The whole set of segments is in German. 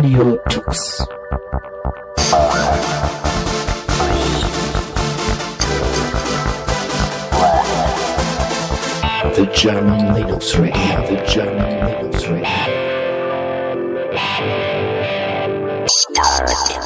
Radio Tux. The German Linux Radio, the German Linux Radio. Start.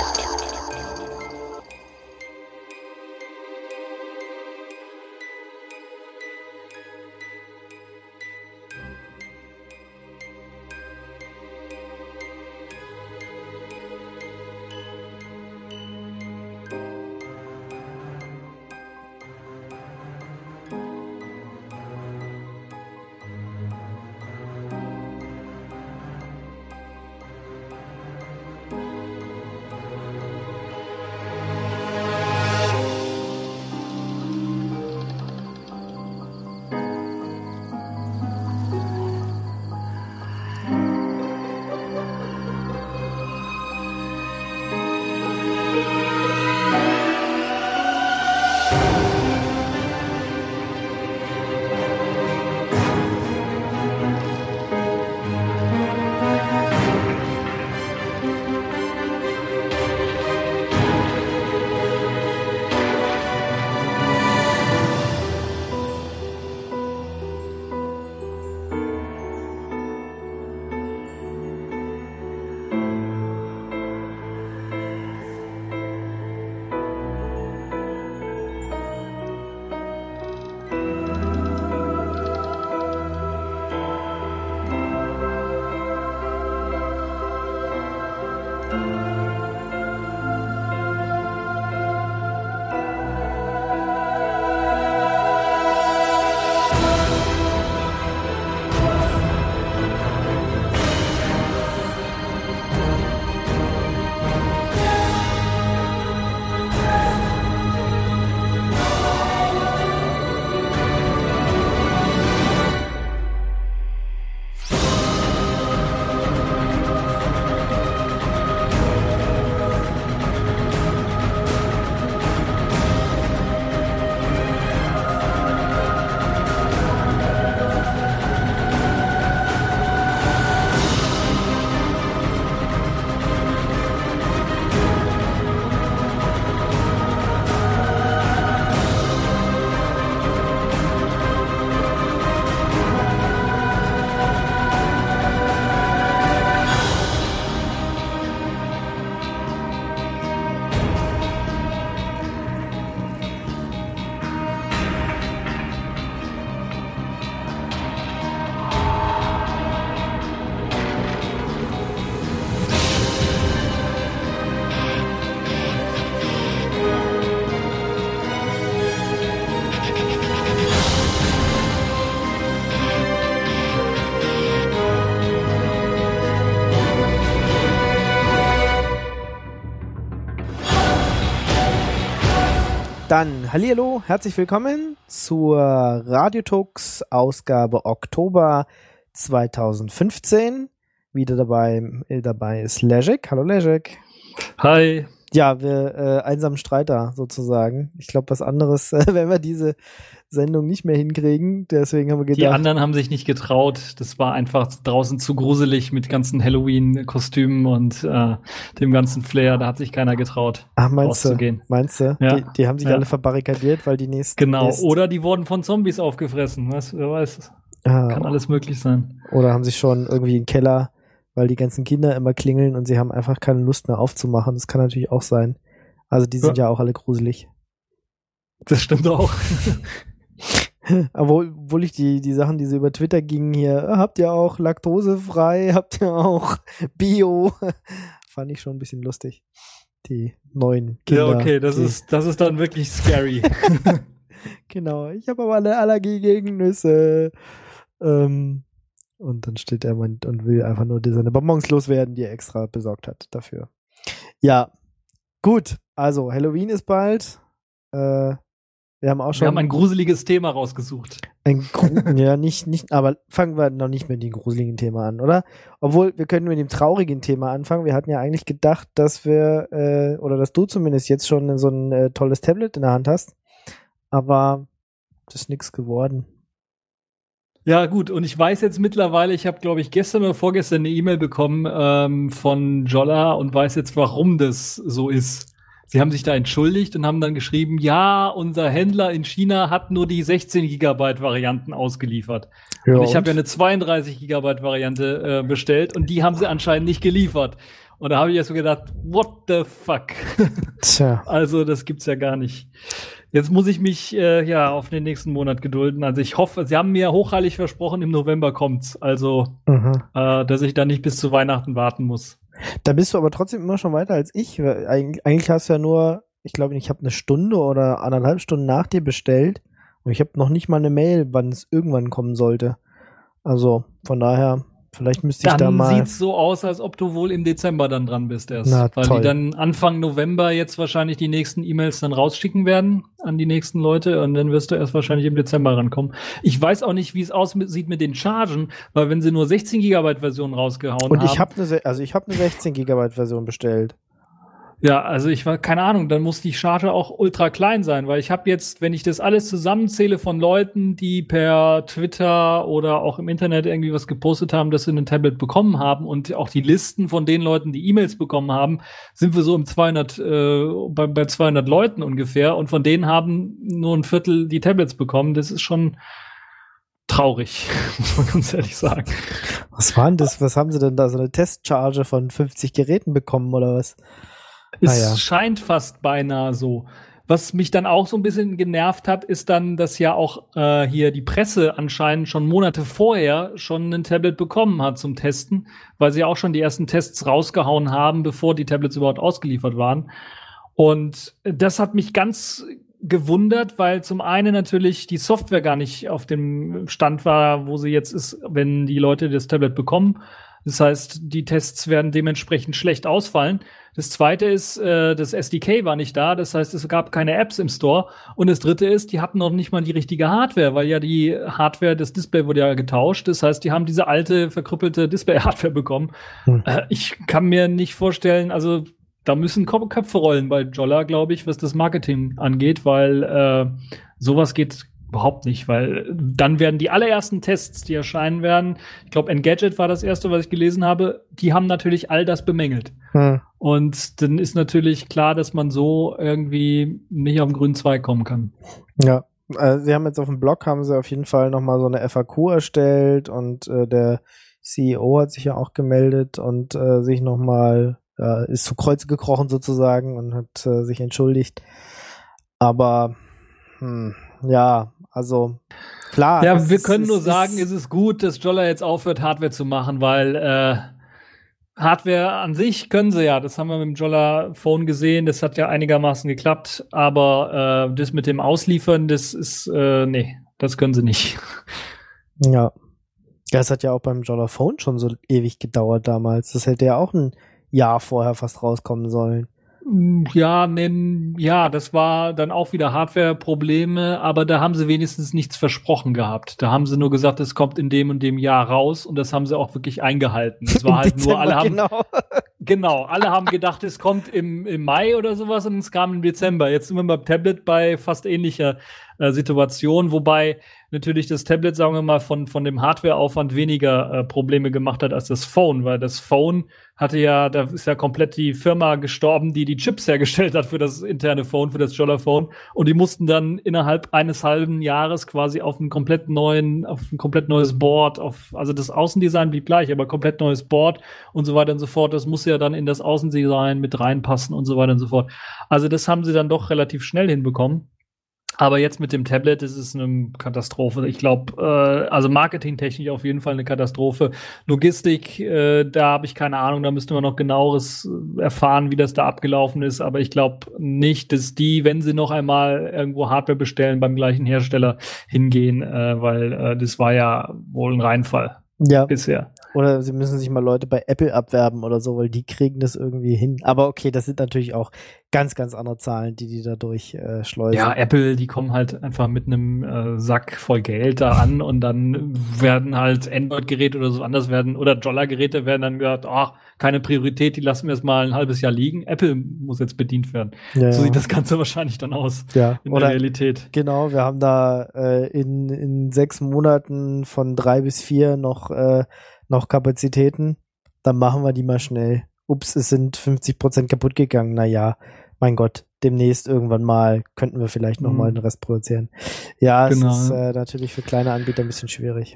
Dann hallihallo, herzlich willkommen zur Radiotux Ausgabe Oktober 2015. Wieder dabei ist Leszek. Hallo Leszek. Hi. Ja, wir einsamen Streiter sozusagen. Ich glaube, was anderes, wenn wir diese Sendung nicht mehr hinkriegen. Deswegen haben wir gedacht. Die anderen haben sich nicht getraut. Das war einfach draußen zu gruselig mit ganzen Halloween-Kostümen und dem ganzen Flair. Da hat sich keiner getraut, rauszugehen. Meinst du? Ja. Die haben sich alle verbarrikadiert, weil die nächsten... Genau. Oder die wurden von Zombies aufgefressen. Wer weiß. Kann alles möglich sein. Oder haben sich schon irgendwie im Keller, weil die ganzen Kinder immer klingeln und sie haben einfach keine Lust mehr aufzumachen. Das kann natürlich auch sein. Also die sind ja auch alle gruselig. Das stimmt auch. Aber obwohl ich die Sachen, die so über Twitter gingen hier, habt ihr auch laktosefrei, habt ihr auch Bio, fand ich schon ein bisschen lustig. Die neuen Kinder. Ja, okay, das ist dann wirklich scary. Genau, ich habe aber eine Allergie gegen Nüsse. Und dann steht er und will einfach nur seine Bonbons loswerden, die er extra besorgt hat dafür. Ja, gut, also Halloween ist bald. Wir haben ein gruseliges Thema rausgesucht. Ja, nicht, aber fangen wir noch nicht mit dem gruseligen Thema an, oder? Obwohl, wir können mit dem traurigen Thema anfangen. Wir hatten ja eigentlich gedacht, dass oder dass du zumindest jetzt schon so ein tolles Tablet in der Hand hast. Aber das ist nichts geworden. Ja, gut. Und ich weiß jetzt mittlerweile, ich habe, glaube ich, gestern oder vorgestern eine E-Mail bekommen von Jolla und weiß jetzt, warum das so ist. Sie haben sich da entschuldigt und haben dann geschrieben, ja, unser Händler in China hat nur die 16 Gigabyte Varianten ausgeliefert. Ja, und ich habe ja eine 32 Gigabyte Variante bestellt und die haben sie anscheinend nicht geliefert. Und da habe ich erst so gedacht, what the fuck? Tja. Also, das gibt's ja gar nicht. Jetzt muss ich mich auf den nächsten Monat gedulden. Also ich hoffe, sie haben mir hochheilig versprochen, im November kommt's. Also, dass ich da nicht bis zu Weihnachten warten muss. Da bist du aber trotzdem immer schon weiter als ich. Eigentlich hast du ja nur, ich glaube, ich habe eine Stunde oder 1,5 Stunden nach dir bestellt und ich habe noch nicht mal eine Mail, wann es irgendwann kommen sollte. Also von daher, vielleicht müsste ich da mal. Dann sieht's so aus, als ob du wohl im Dezember dann dran bist erst. Na, weil toll. Die dann Anfang November jetzt wahrscheinlich die nächsten E-Mails dann rausschicken werden an die nächsten Leute und dann wirst du erst wahrscheinlich im Dezember rankommen. Ich weiß auch nicht, wie es aussieht mit den Chargen, weil wenn sie nur 16 Gigabyte Version rausgehauen haben. Und ich habe eine 16 Gigabyte Version bestellt. Ja, also keine Ahnung, dann muss die Charge auch ultra klein sein, weil ich habe jetzt, wenn ich das alles zusammenzähle von Leuten, die per Twitter oder auch im Internet irgendwie was gepostet haben, dass sie ein Tablet bekommen haben und auch die Listen von den Leuten, die E-Mails bekommen haben, sind wir so bei 200 Leuten ungefähr und von denen haben nur ein Viertel die Tablets bekommen. Das ist schon traurig, muss man ganz ehrlich sagen. Was war denn das? Was haben sie denn da? So eine Testcharge von 50 Geräten bekommen oder was? Es scheint fast beinahe so. Was mich dann auch so ein bisschen genervt hat, ist dann, dass ja auch hier die Presse anscheinend schon Monate vorher schon ein Tablet bekommen hat zum Testen, weil sie auch schon die ersten Tests rausgehauen haben, bevor die Tablets überhaupt ausgeliefert waren. Und das hat mich ganz gewundert, weil zum einen natürlich die Software gar nicht auf dem Stand war, wo sie jetzt ist, wenn die Leute das Tablet bekommen. Das heißt, die Tests werden dementsprechend schlecht ausfallen. Das zweite ist, das SDK war nicht da. Das heißt, es gab keine Apps im Store. Und das dritte ist, die hatten noch nicht mal die richtige Hardware, weil ja die Hardware, das Display wurde ja getauscht. Das heißt, die haben diese alte, verkrüppelte Display-Hardware bekommen. Ich kann mir nicht vorstellen, also da müssen Köpfe rollen bei Jolla, glaube ich, was das Marketing angeht, weil sowas geht überhaupt nicht, weil dann werden die allerersten Tests, die erscheinen werden, ich glaube, Engadget war das erste, was ich gelesen habe, die haben natürlich all das bemängelt. Und dann ist natürlich klar, dass man so irgendwie nicht auf den grünen Zweig kommen kann. Ja, sie haben jetzt auf dem Blog, haben sie auf jeden Fall nochmal so eine FAQ erstellt und der CEO hat sich ja auch gemeldet und sich nochmal, ist zu Kreuze gekrochen sozusagen und hat sich entschuldigt. Aber, ja, also klar. Ja, wir können nur sagen, es ist gut, dass Jolla jetzt aufhört, Hardware zu machen, weil Hardware an sich können sie ja. Das haben wir mit dem Jolla Phone gesehen. Das hat ja einigermaßen geklappt. Aber das mit dem Ausliefern, das ist, nee, das können sie nicht. Ja. Ja, es hat ja auch beim Jolla Phone schon so ewig gedauert damals. Das hätte ja auch ein Jahr vorher fast rauskommen sollen. Ja, das war dann auch wieder Hardware-Probleme, aber da haben sie wenigstens nichts versprochen gehabt. Da haben sie nur gesagt, es kommt in dem und dem Jahr raus und das haben sie auch wirklich eingehalten. Es war halt nur, alle haben gedacht, es kommt im Mai oder sowas und es kam im Dezember. Jetzt sind wir beim Tablet bei fast ähnlicher Situation, wobei natürlich das Tablet, sagen wir mal, von dem Hardwareaufwand weniger Probleme gemacht hat als das Phone, weil das Phone hatte ja, da ist ja komplett die Firma gestorben, die Chips hergestellt hat für das interne Phone, für das Jolla Phone, und die mussten dann innerhalb eines halben Jahres quasi auf ein komplett neues Board, also das Außendesign blieb gleich, aber komplett neues Board und so weiter und so fort. Das muss ja dann in das Außendesign mit reinpassen und so weiter und so fort. Also das haben sie dann doch relativ schnell hinbekommen. Aber jetzt mit dem Tablet ist es eine Katastrophe. Ich glaube, also marketingtechnisch auf jeden Fall eine Katastrophe. Logistik, da habe ich keine Ahnung, da müsste man noch genaueres erfahren, wie das da abgelaufen ist. Aber ich glaube nicht, dass die, wenn sie noch einmal irgendwo Hardware bestellen, beim gleichen Hersteller hingehen, weil das war ja wohl ein Reinfall bisher. Oder sie müssen sich mal Leute bei Apple abwerben oder so, weil die kriegen das irgendwie hin. Aber okay, das sind natürlich auch ganz, ganz andere Zahlen, die da durchschleusen. Ja, Apple, die kommen halt einfach mit einem Sack voll Geld da an und dann werden halt Android-Geräte oder so anders werden oder Jolla-Geräte werden dann gesagt, ach, keine Priorität, die lassen wir jetzt mal ein halbes Jahr liegen. Apple muss jetzt bedient werden. Ja, so sieht das Ganze wahrscheinlich dann aus in der Realität. Genau, wir haben da in 6 Monaten von 3 bis 4 noch Kapazitäten. Dann machen wir die mal schnell. Ups, es sind 50% kaputt gegangen. Naja, mein Gott, demnächst irgendwann mal könnten wir vielleicht noch mal den Rest produzieren. Ja, genau. Es ist natürlich für kleine Anbieter ein bisschen schwierig.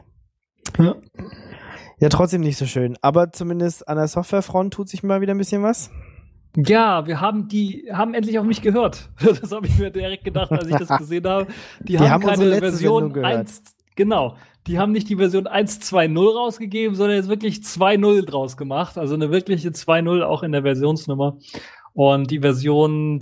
Ja, trotzdem nicht so schön. Aber zumindest an der Softwarefront tut sich mal wieder ein bisschen was. Ja, die haben endlich auf mich gehört. Das habe ich mir direkt gedacht, als ich das gesehen habe. Die haben keine Version 1. Genau. Die haben nicht die Version 1.2.0 rausgegeben, sondern jetzt wirklich 2.0 draus gemacht. Also eine wirkliche 2.0 auch in der Versionsnummer. Und die Version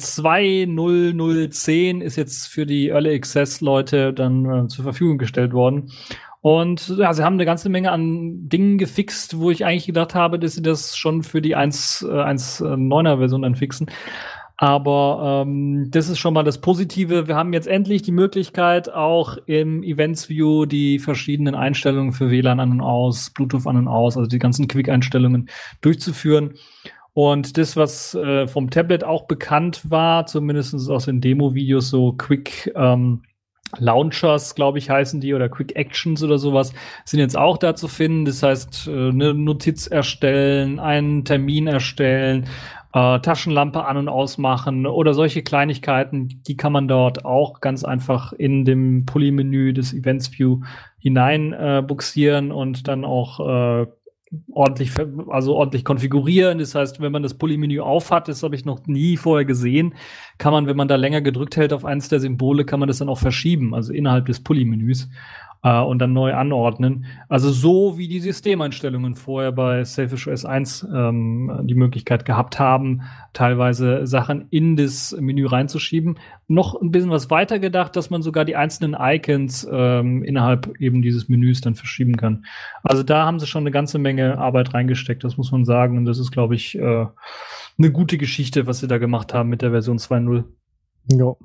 2.0.0.10 ist jetzt für die Early Access Leute dann zur Verfügung gestellt worden. Und ja, sie haben eine ganze Menge an Dingen gefixt, wo ich eigentlich gedacht habe, dass sie das schon für die 1.9er Version dann fixen. Aber das ist schon mal das Positive. Wir haben jetzt endlich die Möglichkeit, auch im Events View die verschiedenen Einstellungen für WLAN an und aus, Bluetooth an und aus, also die ganzen Quick-Einstellungen durchzuführen. Und das, was vom Tablet auch bekannt war, zumindest aus den Demo-Videos, so Quick Launchers, glaube ich, heißen die, oder Quick Actions oder sowas, sind jetzt auch da zu finden. Das heißt, eine Notiz erstellen, einen Termin erstellen, Taschenlampe an- und ausmachen oder solche Kleinigkeiten, die kann man dort auch ganz einfach in dem Pulli-Menü des Events View hinein buxieren und dann auch ordentlich konfigurieren. Das heißt, wenn man das Pulli-Menü aufhat, das habe ich noch nie vorher gesehen, kann man, wenn man da länger gedrückt hält auf eines der Symbole, kann man das dann auch verschieben, also innerhalb des Pulli-Menüs und dann neu anordnen. Also so wie die Systemeinstellungen vorher bei Selfish OS 1 die Möglichkeit gehabt haben, teilweise Sachen in das Menü reinzuschieben. Noch ein bisschen was weiter gedacht, dass man sogar die einzelnen Icons innerhalb eben dieses Menüs dann verschieben kann. Also da haben sie schon eine ganze Menge Arbeit reingesteckt, das muss man sagen. Und das ist, glaube ich, eine gute Geschichte, was sie da gemacht haben mit der Version 2.0. Ja.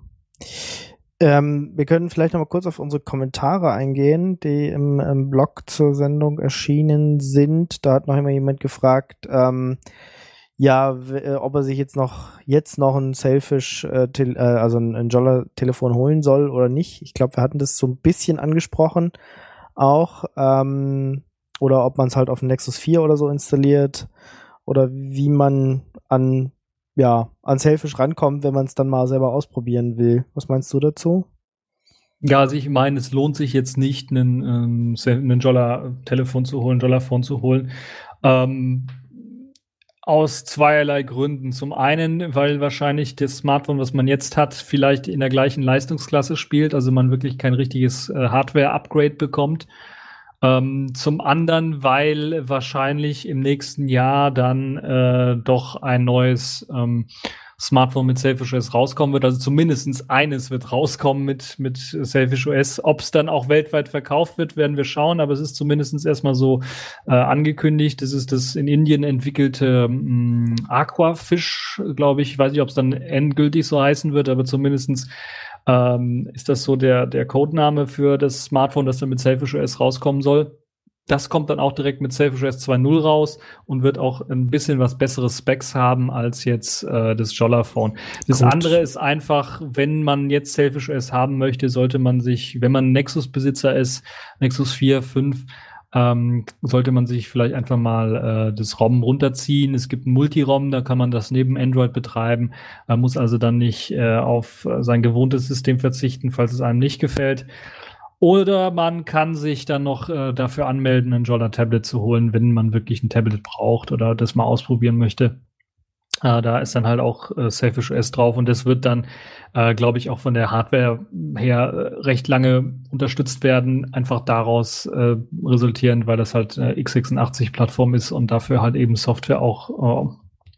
Wir können vielleicht noch mal kurz auf unsere Kommentare eingehen, die im Blog zur Sendung erschienen sind. Da hat noch immer jemand gefragt, ob er sich jetzt noch ein Selfish, also ein Jolla-Telefon holen soll oder nicht. Ich glaube, wir hatten das so ein bisschen angesprochen auch. Oder ob man es halt auf dem Nexus 4 oder so installiert. Oder wie man an Selfish rankommt, wenn man es dann mal selber ausprobieren will. Was meinst du dazu? Ja, also ich meine, es lohnt sich jetzt nicht, einen Jolla-Telefon zu holen, Jolla-Phone zu holen. Aus zweierlei Gründen. Zum einen, weil wahrscheinlich das Smartphone, was man jetzt hat, vielleicht in der gleichen Leistungsklasse spielt, also man wirklich kein richtiges Hardware-Upgrade bekommt. Zum anderen, weil wahrscheinlich im nächsten Jahr dann doch ein neues Smartphone mit Selfish OS rauskommen wird. Also zumindest eines wird rauskommen mit Selfish OS. Ob es dann auch weltweit verkauft wird, werden wir schauen. Aber es ist zumindest erstmal so angekündigt. Das ist das in Indien entwickelte Aquafish, glaube ich. Ich weiß nicht, ob es dann endgültig so heißen wird, aber zumindestens ist das so der Codename für das Smartphone, das dann mit Selfish OS rauskommen soll. Das kommt dann auch direkt mit Selfish OS 2.0 raus und wird auch ein bisschen was besseres Specs haben als jetzt das Jolla-Phone. Das andere ist einfach, wenn man jetzt Selfish OS haben möchte, sollte man sich, wenn man Nexus-Besitzer ist, Nexus 4, 5, sollte man sich vielleicht einfach mal das ROM runterziehen. Es gibt ein Multi-ROM, da kann man das neben Android betreiben. Man muss also dann nicht auf sein gewohntes System verzichten, falls es einem nicht gefällt. Oder man kann sich dann noch dafür anmelden, ein Jolla-Tablet zu holen, wenn man wirklich ein Tablet braucht oder das mal ausprobieren möchte. Da ist dann halt auch Selfish OS drauf und das wird dann, glaube ich, auch von der Hardware her recht lange unterstützt werden, einfach daraus resultierend, weil das halt x86-Plattform ist und dafür halt eben Software auch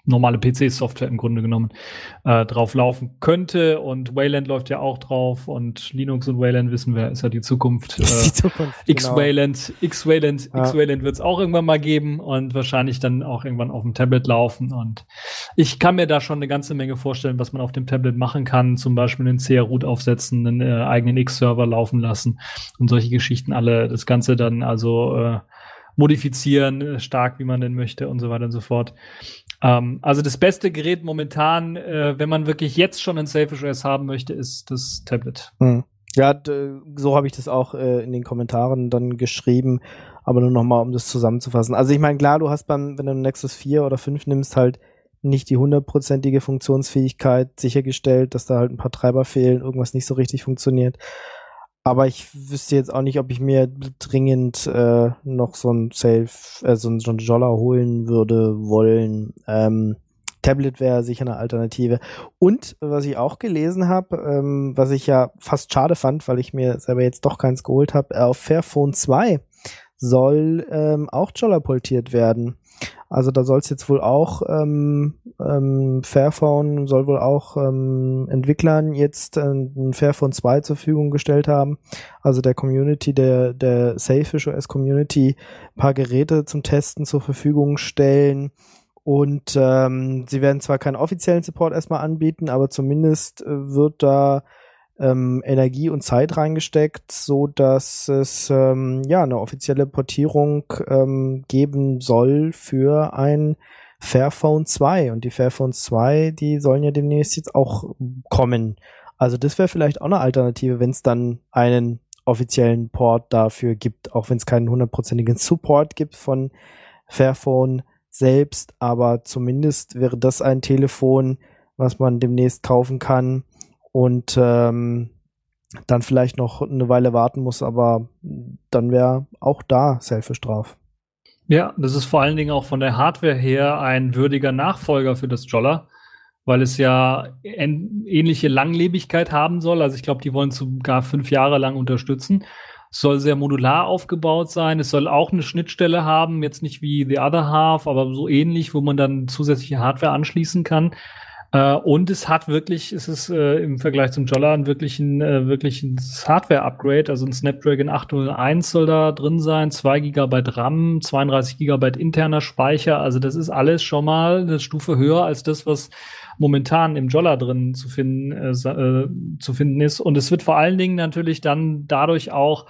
normale PC-Software im Grunde genommen drauf laufen könnte. Und Wayland läuft ja auch drauf und Linux und Wayland, wissen wir, ist ja die Zukunft. Die Zukunft, X-Wayland wird es auch irgendwann mal geben und wahrscheinlich dann auch irgendwann auf dem Tablet laufen. Und ich kann mir da schon eine ganze Menge vorstellen, was man auf dem Tablet machen kann. Zum Beispiel einen CR-Root aufsetzen, einen eigenen X-Server laufen lassen und solche Geschichten alle. Das Ganze dann also modifizieren, stark, wie man denn möchte und so weiter und so fort. Also das beste Gerät momentan, wenn man wirklich jetzt schon ein Selfish OS haben möchte, ist das Tablet. Ja, so habe ich das auch in den Kommentaren dann geschrieben, aber nur nochmal, um das zusammenzufassen. Also ich meine, klar, du hast wenn du einen Nexus 4 oder 5 nimmst, halt nicht die 100%ige Funktionsfähigkeit sichergestellt, dass da halt ein paar Treiber fehlen, irgendwas nicht so richtig funktioniert. Aber ich wüsste jetzt auch nicht, ob ich mir dringend noch so ein so ein Jolla holen wollen. Tablet wäre sicher eine Alternative. Und was ich auch gelesen habe, was ich ja fast schade fand, weil ich mir selber jetzt doch keins geholt habe, auf Fairphone 2 soll auch Jolla portiert werden. Also da soll es jetzt wohl auch Fairphone soll wohl auch Entwicklern jetzt ein Fairphone 2 zur Verfügung gestellt haben. Also der Community, der Selfish OS Community, ein paar Geräte zum Testen zur Verfügung stellen. Und sie werden zwar keinen offiziellen Support erstmal anbieten, aber zumindest wird da Energie und Zeit reingesteckt, so dass es eine offizielle Portierung geben soll für ein Fairphone 2. Und die Fairphones 2, die sollen ja demnächst jetzt auch kommen. Also das wäre vielleicht auch eine Alternative, wenn es dann einen offiziellen Port dafür gibt, auch wenn es keinen 100%igen Support gibt von Fairphone selbst, aber zumindest wäre das ein Telefon, was man demnächst kaufen kann und dann vielleicht noch eine Weile warten muss, aber dann wäre auch da Selfish drauf. Ja, das ist vor allen Dingen auch von der Hardware her ein würdiger Nachfolger für das Jolla, weil es ja ähnliche Langlebigkeit haben soll. Also ich glaube, die wollen sogar 5 Jahre lang unterstützen. Es soll sehr modular aufgebaut sein. Es soll auch eine Schnittstelle haben, jetzt nicht wie The Other Half, aber so ähnlich, wo man dann zusätzliche Hardware anschließen kann. Und es ist im Vergleich zum Jolla ein wirkliches Hardware-Upgrade. Also ein Snapdragon 801 soll da drin sein, 2 GB RAM, 32 GB interner Speicher. Also das ist alles schon mal eine Stufe höher als das, was momentan im Jolla drin zu finden ist. Und es wird vor allen Dingen natürlich dann dadurch auch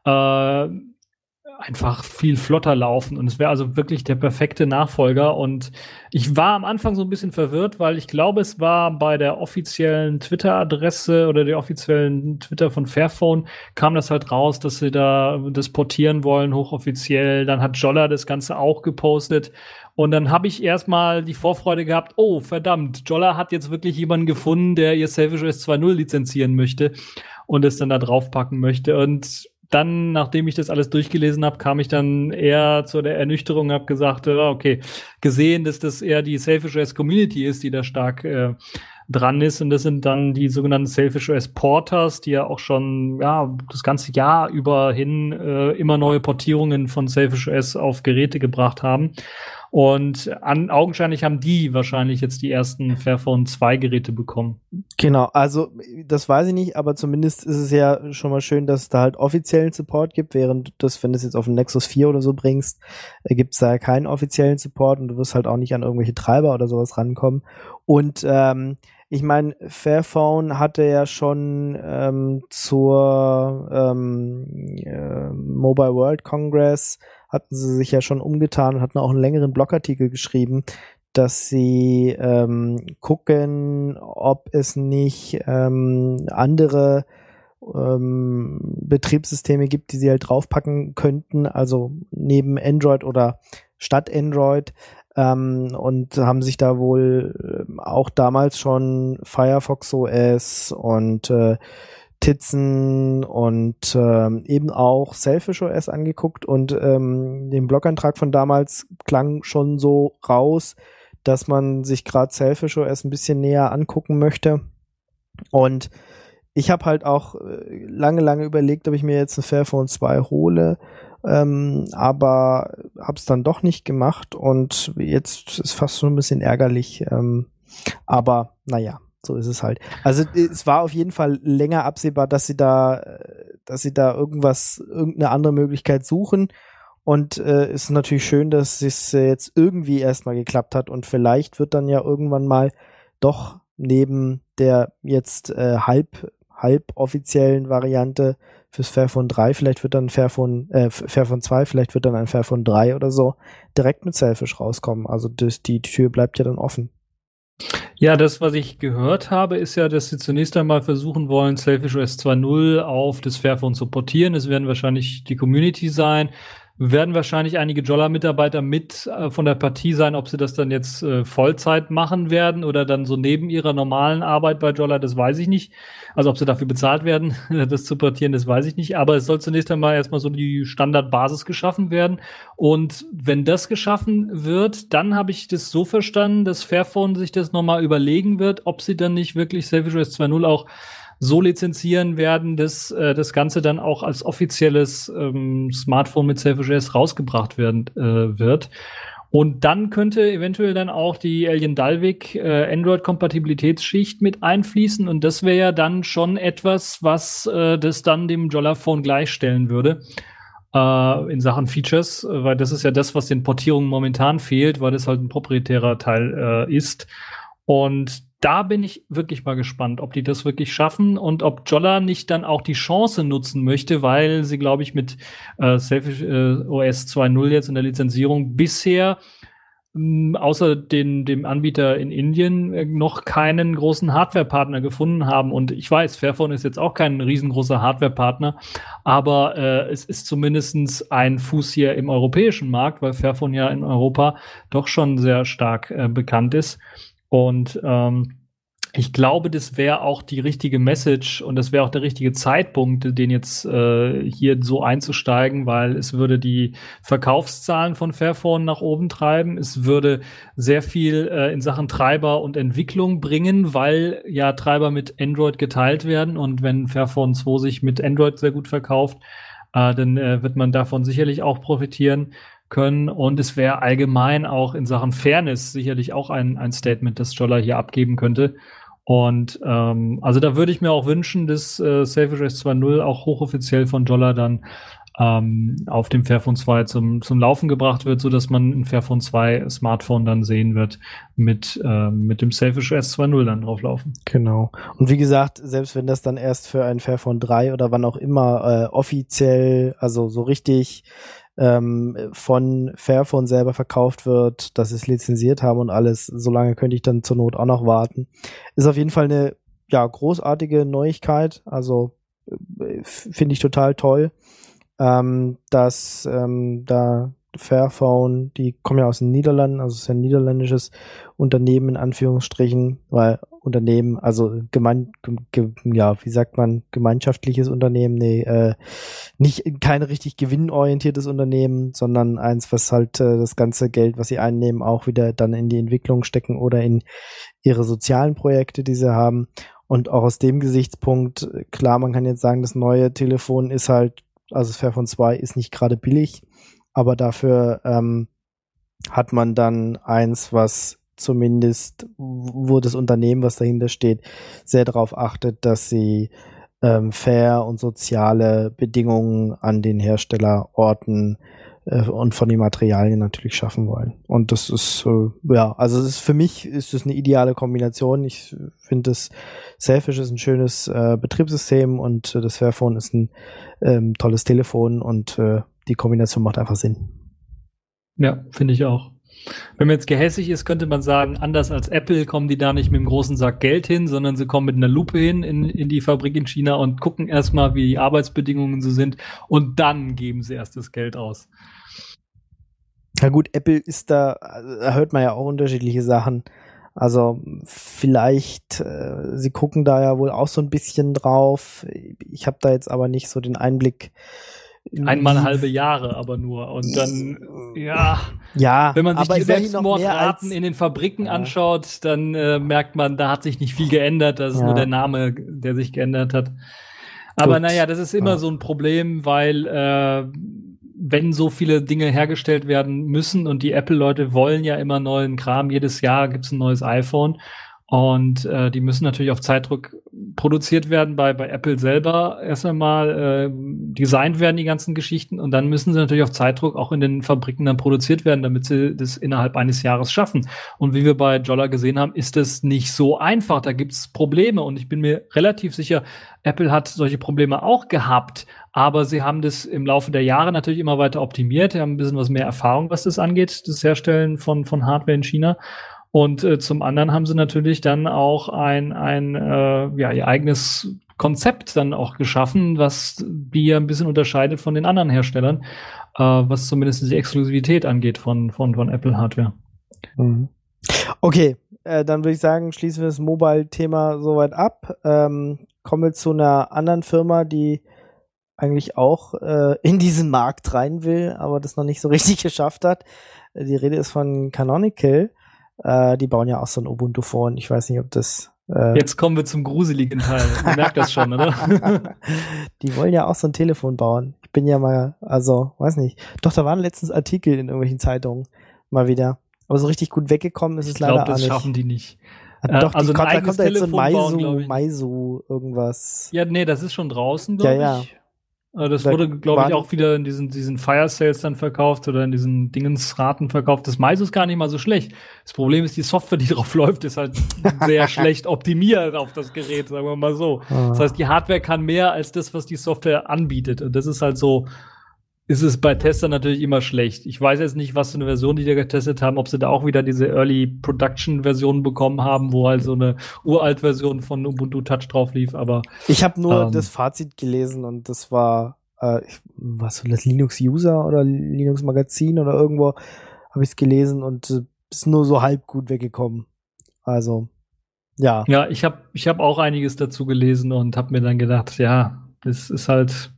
einfach viel flotter laufen und es wäre also wirklich der perfekte Nachfolger. Und ich war am Anfang so ein bisschen verwirrt, weil ich glaube, es war bei der offiziellen Twitter-Adresse oder der offiziellen Twitter von Fairphone kam das halt raus, dass sie da das portieren wollen, hochoffiziell. Dann hat Jolla das Ganze auch gepostet. Und dann habe ich erstmal die Vorfreude gehabt, oh verdammt, Jolla hat jetzt wirklich jemanden gefunden, der ihr Selfish OS 2.0 lizenzieren möchte und es dann da draufpacken möchte. Und dann, nachdem ich das alles durchgelesen habe, kam ich dann eher zu der Ernüchterung und habe gesagt, okay, gesehen, dass das eher die Selfish OS Community ist, die da stark dran ist. Und das sind dann die sogenannten Selfish OS Porters, die ja auch schon das ganze Jahr über hin immer neue Portierungen von Selfish OS auf Geräte gebracht haben. Und augenscheinlich haben die wahrscheinlich jetzt die ersten Fairphone 2 Geräte bekommen. Genau, also das weiß ich nicht, aber zumindest ist es ja schon mal schön, dass es da halt offiziellen Support gibt, während wenn du es jetzt auf den Nexus 4 oder so bringst, gibt es da keinen offiziellen Support und du wirst halt auch nicht an irgendwelche Treiber oder sowas rankommen. Und ich meine, Fairphone hatte ja schon zur Mobile World Congress hatten sie sich ja schon umgetan und hatten auch einen längeren Blogartikel geschrieben, dass sie gucken, ob es nicht andere Betriebssysteme gibt, die sie halt draufpacken könnten, also neben Android oder statt Android, und haben sich da wohl auch damals schon Firefox OS und Tizen und eben auch Selfish OS angeguckt und den Blog-Eintrag von damals klang schon so raus, dass man sich gerade Selfish OS ein bisschen näher angucken möchte. Und ich habe halt auch lange überlegt, ob ich mir jetzt ein Fairphone 2 hole. Aber hab's dann doch nicht gemacht und jetzt ist fast schon ein bisschen ärgerlich. Aber naja, so ist es halt. Also es war auf jeden Fall länger absehbar, dass sie da irgendeine andere Möglichkeit suchen. Und ist natürlich schön, dass es jetzt irgendwie erstmal geklappt hat und vielleicht wird dann ja irgendwann mal doch neben der jetzt halb offiziellen Variante fürs Fairphone 3, vielleicht wird dann Fairphone 2, vielleicht wird dann ein Fairphone 3 oder so direkt mit Selfish rauskommen. Also die Tür bleibt ja dann offen. Ja, das, was ich gehört habe, ist ja, dass sie zunächst einmal versuchen wollen, Selfish OS 2.0 auf das Fairphone zu portieren. Es werden wahrscheinlich die Community sein, werden wahrscheinlich einige Jolla-Mitarbeiter mit von der Partie sein. Ob sie das dann jetzt Vollzeit machen werden oder dann so neben ihrer normalen Arbeit bei Jolla, das weiß ich nicht. Also ob sie dafür bezahlt werden, das zu portieren, das weiß ich nicht. Aber es soll zunächst einmal erstmal so die Standardbasis geschaffen werden. Und wenn das geschaffen wird, dann habe ich das so verstanden, dass Fairphone sich das nochmal überlegen wird, ob sie dann nicht wirklich Selfish OS 2.0 auch so lizenzieren werden, dass das Ganze dann auch als offizielles Smartphone mit Selfish OS rausgebracht werden wird. Und dann könnte eventuell dann auch die Alien Dalvik Android-Kompatibilitätsschicht mit einfließen. Und das wäre ja dann schon etwas, was das dann dem Jolla-Phone gleichstellen würde in Sachen Features, weil das ist ja das, was den Portierungen momentan fehlt, weil das halt ein proprietärer Teil ist. Und da bin ich wirklich mal gespannt, ob die das wirklich schaffen und ob Jolla nicht dann auch die Chance nutzen möchte, weil sie, glaube ich, mit Selfish OS 2.0 jetzt in der Lizenzierung bisher außer dem Anbieter in Indien noch keinen großen Hardware-Partner gefunden haben. Und ich weiß, Fairphone ist jetzt auch kein riesengroßer Hardware-Partner, aber es ist zumindest ein Fuß hier im europäischen Markt, weil Fairphone ja in Europa doch schon sehr stark bekannt ist. Und ich glaube, das wäre auch die richtige Message und das wäre auch der richtige Zeitpunkt, den jetzt hier so einzusteigen, weil es würde die Verkaufszahlen von Fairphone nach oben treiben. Es würde sehr viel in Sachen Treiber und Entwicklung bringen, weil ja Treiber mit Android geteilt werden. Und wenn Fairphone 2 sich mit Android sehr gut verkauft, dann wird man davon sicherlich auch profitieren können. Und es wäre allgemein auch in Sachen Fairness sicherlich auch ein Statement, das Jolla hier abgeben könnte. Und also da würde ich mir auch wünschen, dass Selfish OS 2.0 auch hochoffiziell von Jolla dann auf dem Fairphone 2 zum Laufen gebracht wird, sodass man ein Fairphone 2 Smartphone dann sehen wird mit dem Selfish OS 2.0 dann drauflaufen. Genau. Und wie gesagt, selbst wenn das dann erst für ein Fairphone 3 oder wann auch immer offiziell, also so richtig von Fairphone selber verkauft wird, dass sie es lizenziert haben und alles, solange könnte ich dann zur Not auch noch warten. Ist auf jeden Fall eine großartige Neuigkeit, also finde ich total toll, dass da Fairphone, die kommen ja aus den Niederlanden, also es ist ja ein niederländisches Unternehmen in Anführungsstrichen, weil Unternehmen, also wie sagt man, gemeinschaftliches Unternehmen, kein richtig gewinnorientiertes Unternehmen, sondern eins, was halt das ganze Geld, was sie einnehmen, auch wieder dann in die Entwicklung stecken oder in ihre sozialen Projekte, die sie haben. Und auch aus dem Gesichtspunkt, klar, man kann jetzt sagen, das neue Telefon ist halt, also das Fairphone 2 ist nicht gerade billig, aber dafür hat man dann eins, was zumindest, wo das Unternehmen, was dahinter steht, sehr darauf achtet, dass sie fair und soziale Bedingungen an den Herstellerorten und von den Materialien natürlich schaffen wollen. Und das ist, also es ist, für mich ist es eine ideale Kombination. Ich finde, das Selfish ist ein schönes Betriebssystem und das Fairphone ist ein tolles Telefon und die Kombination macht einfach Sinn. Ja, finde ich auch. Wenn man jetzt gehässig ist, könnte man sagen, anders als Apple kommen die da nicht mit einem großen Sack Geld hin, sondern sie kommen mit einer Lupe hin in die Fabrik in China und gucken erstmal, wie die Arbeitsbedingungen so sind und dann geben sie erst das Geld aus. Na gut, Apple ist da hört man ja auch unterschiedliche Sachen. Also vielleicht, sie gucken da ja wohl auch so ein bisschen drauf. Ich habe da jetzt aber nicht so den Einblick. Einmal halbe Jahre aber nur. Und dann, ja, wenn man sich aber die Selbstmordraten in den Fabriken anschaut, dann merkt man, da hat sich nicht viel geändert. Das ist nur der Name, der sich geändert hat. Aber naja, das ist immer so ein Problem, weil wenn so viele Dinge hergestellt werden müssen und die Apple-Leute wollen ja immer neuen Kram, jedes Jahr gibt's ein neues iPhone und die müssen natürlich auf Zeitdruck produziert werden bei Apple selber. Erst einmal designt werden die ganzen Geschichten und dann müssen sie natürlich auf Zeitdruck auch in den Fabriken dann produziert werden, damit sie das innerhalb eines Jahres schaffen. Und wie wir bei Jolla gesehen haben, ist das nicht so einfach. Da gibt's Probleme und ich bin mir relativ sicher, Apple hat solche Probleme auch gehabt, aber sie haben das im Laufe der Jahre natürlich immer weiter optimiert. Sie haben ein bisschen was mehr Erfahrung, was das angeht, das Herstellen von Hardware in China. Und zum anderen haben sie natürlich dann auch ihr eigenes Konzept dann auch geschaffen, was die ja ein bisschen unterscheidet von den anderen Herstellern, was zumindest die Exklusivität angeht von Apple Hardware. Mhm. Okay, dann würde ich sagen, schließen wir das Mobile-Thema soweit ab. Kommen wir zu einer anderen Firma, die eigentlich auch in diesen Markt rein will, aber das noch nicht so richtig geschafft hat. Die Rede ist von Canonical. Die bauen ja auch so ein Ubuntu-Phone. Ich weiß nicht, ob das Jetzt kommen wir zum gruseligen Teil. Ihr merkt das schon, oder? Die wollen ja auch so ein Telefon bauen. Ich bin ja mal, also, weiß nicht. Doch, da waren letztens Artikel in irgendwelchen Zeitungen mal wieder. Aber so richtig gut weggekommen ist es leider auch nicht. Das schaffen die nicht. Doch, also da kommt da jetzt so ein Meizu irgendwas. Ja, nee, das ist schon draußen, glaube ich. Das wurde, glaube ich, auch wieder in diesen Fire Sales dann verkauft oder in diesen Dingensraten verkauft. Das Meizu ist gar nicht mal so schlecht. Das Problem ist, die Software, die drauf läuft, ist halt sehr schlecht optimiert auf das Gerät, sagen wir mal so. Das heißt, die Hardware kann mehr als das, was die Software anbietet. Und das ist halt so, ist es bei Testern natürlich immer schlecht. Ich weiß jetzt nicht, was für eine Version die da getestet haben, ob sie da auch wieder diese Early Production Version bekommen haben, wo halt so eine Uralt-Version von Ubuntu Touch drauf lief, aber ich habe nur das Fazit gelesen und das war was das Linux User oder Linux Magazin oder irgendwo habe ich es gelesen und ist nur so halb gut weggekommen. Also ja. Ja, ich hab auch einiges dazu gelesen und habe mir dann gedacht, ja, das ist halt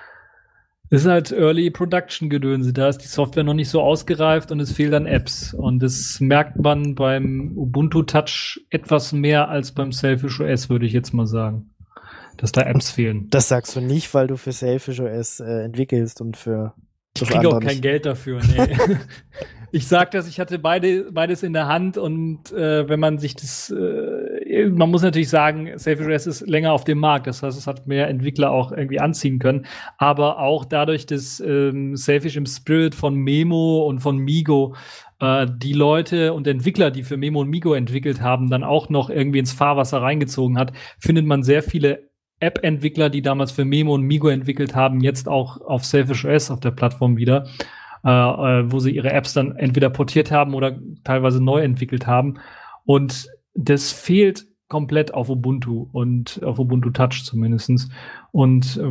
Early Production Gedönse. Da ist die Software noch nicht so ausgereift und es fehlen dann Apps. Und das merkt man beim Ubuntu Touch etwas mehr als beim Selfish OS, würde ich jetzt mal sagen. Dass da Apps fehlen. Das sagst du nicht, weil du für Selfish OS entwickelst und für ich kriege auch kein Geld dafür, nee. Ich sag das, ich hatte beides in der Hand und wenn man sich das man muss natürlich sagen, Selfish OS ist länger auf dem Markt, das heißt, es hat mehr Entwickler auch irgendwie anziehen können, aber auch dadurch, dass Selfish im Spirit von Memo und von Migo die Leute und Entwickler, die für Memo und Migo entwickelt haben, dann auch noch irgendwie ins Fahrwasser reingezogen hat, findet man sehr viele App-Entwickler, die damals für Memo und Migo entwickelt haben, jetzt auch auf Selfish OS auf der Plattform wieder, wo sie ihre Apps dann entweder portiert haben oder teilweise neu entwickelt haben. Und das fehlt komplett auf Ubuntu und auf Ubuntu Touch zumindest. Und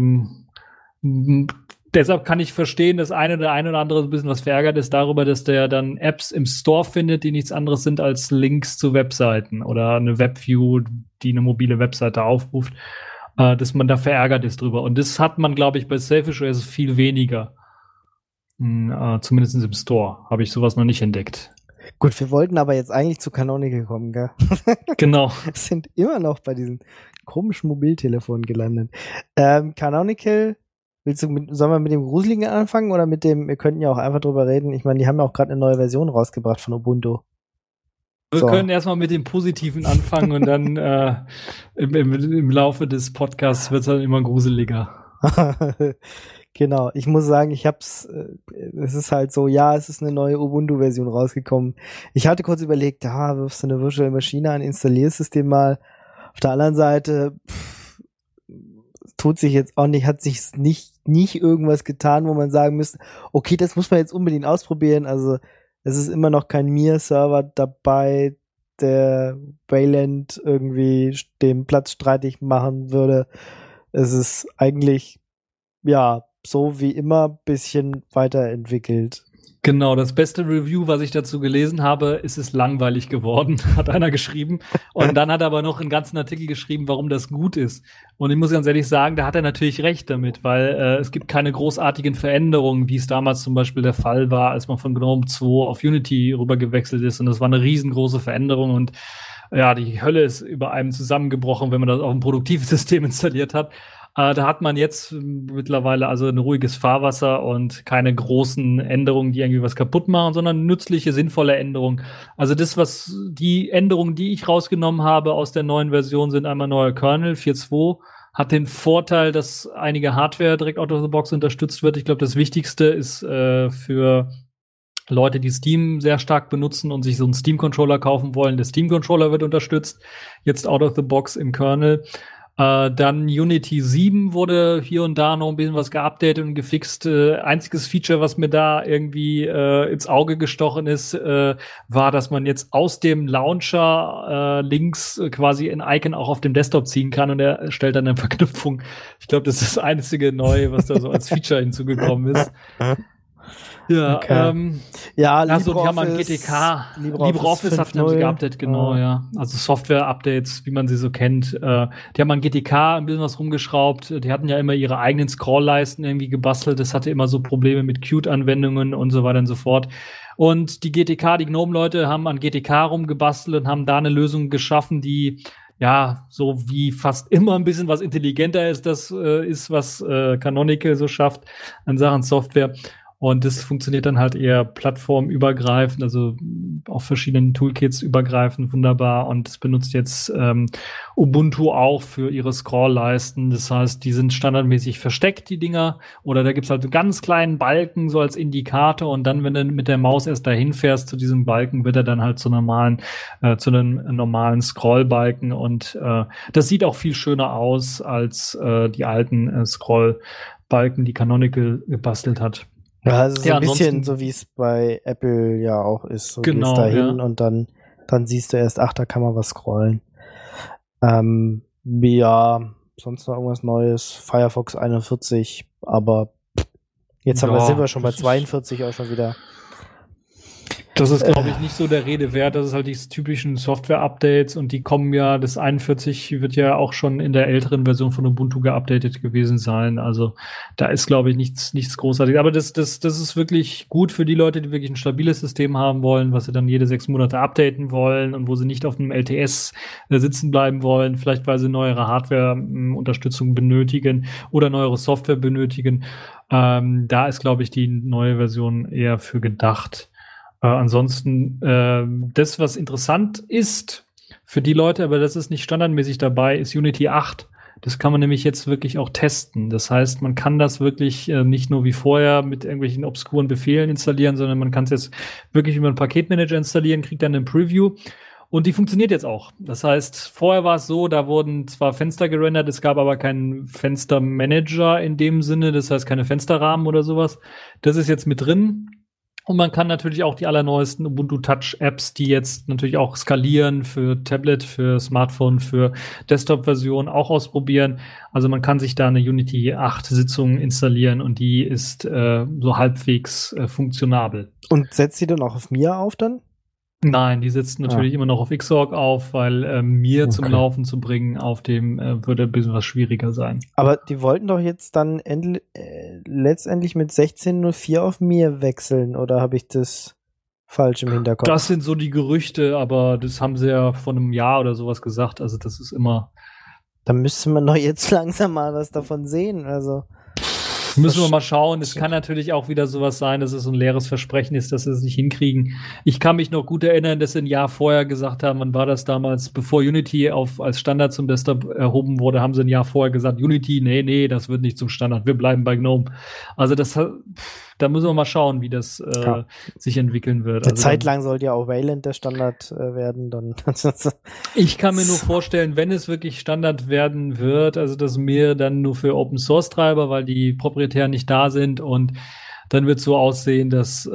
deshalb kann ich verstehen, dass der eine oder andere ein bisschen was verärgert ist darüber, dass der dann Apps im Store findet, die nichts anderes sind als Links zu Webseiten oder eine Webview, die eine mobile Webseite aufruft, dass man da verärgert ist drüber. Und das hat man, glaube ich, bei Selfish OS viel weniger. Zumindest im Store habe ich sowas noch nicht entdeckt. Gut, wir wollten aber jetzt eigentlich zu Canonical kommen, gell? Genau. Sind immer noch bei diesen komischen Mobiltelefonen gelandet. Canonical, sollen wir mit dem Gruseligen anfangen oder mit dem, wir könnten ja auch einfach drüber reden, ich meine, die haben ja auch gerade eine neue Version rausgebracht von Ubuntu. Wir können erstmal mit dem Positiven anfangen und dann im Laufe des Podcasts wird es dann immer gruseliger. Genau, ich muss sagen, es ist halt so, ja, es ist eine neue Ubuntu-Version rausgekommen. Ich hatte kurz überlegt, wirfst du eine Virtual Maschine an, installierst es dir mal. Auf der anderen Seite, tut sich jetzt auch nicht, hat sich nicht irgendwas getan, wo man sagen müsste, okay, das muss man jetzt unbedingt ausprobieren. Also, es ist immer noch kein Mir-Server dabei, der Wayland irgendwie den Platz streitig machen würde. Es ist eigentlich, ja, so wie immer bisschen weiterentwickelt. Genau, das beste Review, was ich dazu gelesen habe, ist es langweilig geworden, hat einer geschrieben. Und dann hat er aber noch einen ganzen Artikel geschrieben, warum das gut ist. Und ich muss ganz ehrlich sagen, da hat er natürlich recht damit, weil es gibt keine großartigen Veränderungen, wie es damals zum Beispiel der Fall war, als man von GNOME 2 auf Unity rüber gewechselt ist. Und das war eine riesengroße Veränderung und ja, die Hölle ist über einem zusammengebrochen, wenn man das auf ein produktives System installiert hat. Da hat man jetzt mittlerweile also ein ruhiges Fahrwasser und keine großen Änderungen, die irgendwie was kaputt machen, sondern nützliche, sinnvolle Änderungen. Also die Änderungen, die ich rausgenommen habe aus der neuen Version, sind einmal neuer Kernel 4.2, hat den Vorteil, dass einige Hardware direkt out of the box unterstützt wird. Ich glaube, das Wichtigste ist für Leute, die Steam sehr stark benutzen und sich so einen Steam-Controller kaufen wollen. Der Steam-Controller wird unterstützt, jetzt out of the box im Kernel. Dann Unity 7 wurde hier und da noch ein bisschen was geupdatet und gefixt. Einziges Feature, was mir da irgendwie ins Auge gestochen ist, war, dass man jetzt aus dem Launcher links quasi ein Icon auch auf dem Desktop ziehen kann und er stellt dann eine Verknüpfung. Ich glaube, das ist das einzige Neue, was da so als Feature hinzugekommen ist. Ja, Okay. Ja, also die haben ein GTK, LibreOffice hat sie geupdatet, genau, ja. Also Software-Updates, wie man sie so kennt. Die haben an GTK ein bisschen was rumgeschraubt. Die hatten ja immer ihre eigenen Scrollleisten irgendwie gebastelt. Das hatte immer so Probleme mit Qt-Anwendungen und so weiter und so fort. Und die GTK, die GNOME-Leute haben an GTK rumgebastelt und haben da eine Lösung geschaffen, die ja, so wie fast immer ein bisschen was intelligenter ist, das ist, was Canonical so schafft an Sachen Software. Und das funktioniert dann halt eher plattformübergreifend, also auf verschiedenen Toolkits übergreifend, wunderbar. Und es benutzt jetzt Ubuntu auch für ihre Scrollleisten. Das heißt, die sind standardmäßig versteckt, die Dinger. Oder da gibt's halt einen ganz kleinen Balken so als Indikator. Und dann, wenn du mit der Maus erst dahin fährst zu diesem Balken, wird er dann halt zu einem normalen Scrollbalken. Und das sieht auch viel schöner aus als die alten Scrollbalken, die Canonical gebastelt hat. Ja, also so ein bisschen so, wie es bei Apple ja auch ist. Du gehst da hin und dann siehst du erst, ach, da kann man was scrollen. Ja, sonst noch irgendwas Neues. Firefox 41, aber jetzt sind wir schon bei 42 auch schon wieder. Das ist, glaube ich, nicht so der Rede wert. Das ist halt die typischen Software-Updates und die kommen ja, das 41 wird ja auch schon in der älteren Version von Ubuntu geupdatet gewesen sein. Also da ist, glaube ich, nichts Großartiges. Aber das ist wirklich gut für die Leute, die wirklich ein stabiles System haben wollen, was sie dann jede 6 Monate updaten wollen und wo sie nicht auf einem LTS sitzen bleiben wollen, vielleicht weil sie neuere Hardware-Unterstützung benötigen oder neuere Software benötigen. Da ist, glaube ich, die neue Version eher für gedacht. Ansonsten, das, was interessant ist für die Leute, aber das ist nicht standardmäßig dabei, ist Unity 8. Das kann man nämlich jetzt wirklich auch testen. Das heißt, man kann das wirklich nicht nur wie vorher mit irgendwelchen obskuren Befehlen installieren, sondern man kann es jetzt wirklich über einen Paketmanager installieren, kriegt dann ein Preview. Und die funktioniert jetzt auch. Das heißt, vorher war es so, da wurden zwar Fenster gerendert, es gab aber keinen Fenstermanager in dem Sinne, das heißt keine Fensterrahmen oder sowas. Das ist jetzt mit drin. Und man kann natürlich auch die allerneuesten Ubuntu Touch Apps, die jetzt natürlich auch skalieren für Tablet, für Smartphone, für Desktop-Version auch ausprobieren. Also man kann sich da eine Unity 8 Sitzung installieren und die ist so halbwegs funktionabel. Und setzt sie dann auch auf Mia auf dann? Nein, die setzt natürlich immer noch auf Xorg auf, weil Mir zum Laufen zu bringen auf dem würde ein bisschen was schwieriger sein. Aber die wollten doch jetzt dann letztendlich mit 16.04 auf Mir wechseln, oder habe ich das falsch im Hinterkopf? Das sind so die Gerüchte, aber das haben sie ja vor einem Jahr oder sowas gesagt, also das ist immer... Da müsste man doch jetzt langsam mal was davon sehen, also... Müssen wir mal schauen. Es kann natürlich auch wieder sowas sein, dass es so ein leeres Versprechen ist, dass sie es nicht hinkriegen. Ich kann mich noch gut erinnern, dass sie ein Jahr vorher gesagt haben, wann war das damals, bevor Unity als Standard zum Desktop erhoben wurde, haben sie ein Jahr vorher gesagt, Unity, nee, das wird nicht zum Standard, wir bleiben bei GNOME. Also da müssen wir mal schauen, wie das sich entwickeln wird. Eine Zeit lang sollte ja auch Wayland der Standard werden. Dann ich kann mir nur vorstellen, wenn es wirklich Standard werden wird, also das Mir dann nur für Open-Source-Treiber, weil die proprietär nicht da sind, und dann wird es so aussehen, dass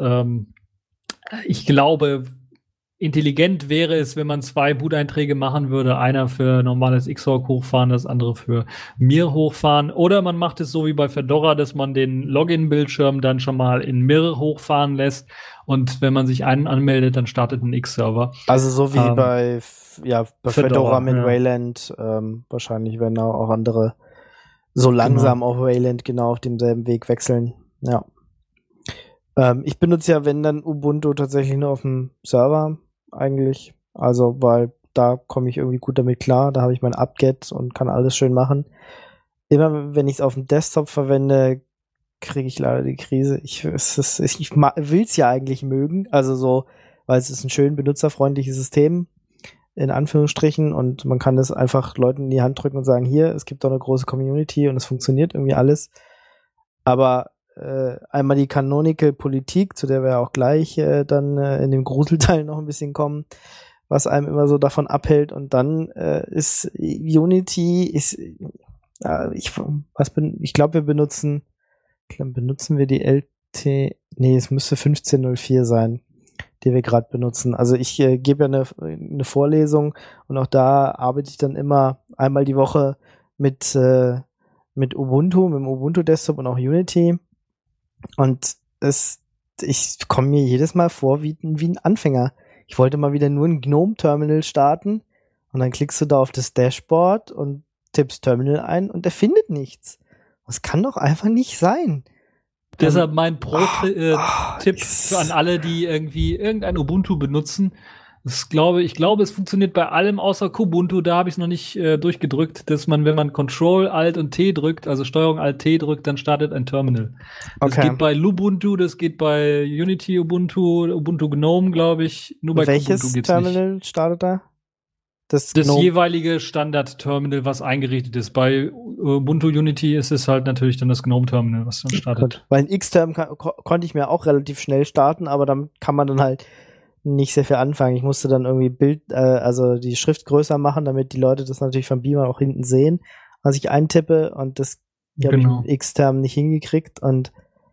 ich glaube, intelligent wäre es, wenn man 2 Boot-Einträge machen würde, einer für normales Xorg hochfahren, das andere für Mir hochfahren, oder man macht es so wie bei Fedora, dass man den Login-Bildschirm dann schon mal in Mir hochfahren lässt, und wenn man sich einen anmeldet, dann startet ein X-Server. Also so wie bei Fedora mit Wayland, wahrscheinlich werden auch andere so langsam auf Wayland genau auf demselben Weg wechseln. Ja. Ich benutze ja, wenn dann, Ubuntu tatsächlich nur auf dem Server eigentlich. Also, weil da komme ich irgendwie gut damit klar. Da habe ich mein apt-get und kann alles schön machen. immer wenn ich es auf dem Desktop verwende, kriege ich leider die Krise. Ich will es ja eigentlich mögen, also so, weil es ist ein schön benutzerfreundliches System, in Anführungsstrichen, und man kann das einfach Leuten in die Hand drücken und sagen, hier, es gibt doch eine große Community und es funktioniert irgendwie alles. Aber einmal die Canonical-Politik, zu der wir ja auch gleich dann in dem Gruselteil noch ein bisschen kommen, was einem immer so davon abhält, und dann ist Unity, ich glaube, wir benutzen wir die es müsste 15.04 sein, die wir gerade benutzen. Also ich gebe ja eine Vorlesung, und auch da arbeite ich dann immer einmal die Woche mit Ubuntu, mit dem Ubuntu-Desktop und auch Unity. Und ich komme mir jedes Mal vor wie ein Anfänger. Ich wollte mal wieder nur ein GNOME-Terminal starten, und dann klickst du da auf das Dashboard und tippst Terminal ein und er findet nichts. Das kann doch einfach nicht sein. Deshalb mein Pro-Tipp an alle, die irgendwie irgendein Ubuntu benutzen. Ich glaube, es funktioniert bei allem außer Kubuntu. Da habe ich es noch nicht durchgedrückt, dass man, wenn man Control, Alt und T drückt, also Steuerung, Alt, T drückt, dann startet ein Terminal. Das geht bei Lubuntu, das geht bei Unity Ubuntu, Ubuntu GNOME, glaube ich. Nur bei welches Kubuntu gibt's Terminal nicht. startet da? Das jeweilige Standard-Terminal, was eingerichtet ist. Bei Ubuntu Unity ist es halt natürlich dann das GNOME-Terminal, was dann startet. Gut. Weil ein Xterm konnte ich mir auch relativ schnell starten, aber dann kann man dann halt nicht sehr viel anfangen. Ich musste dann irgendwie also die Schrift größer machen, damit die Leute das natürlich vom Beamer auch hinten sehen, was ich eintippe, und das habe ich mit Xterm nicht hingekriegt, und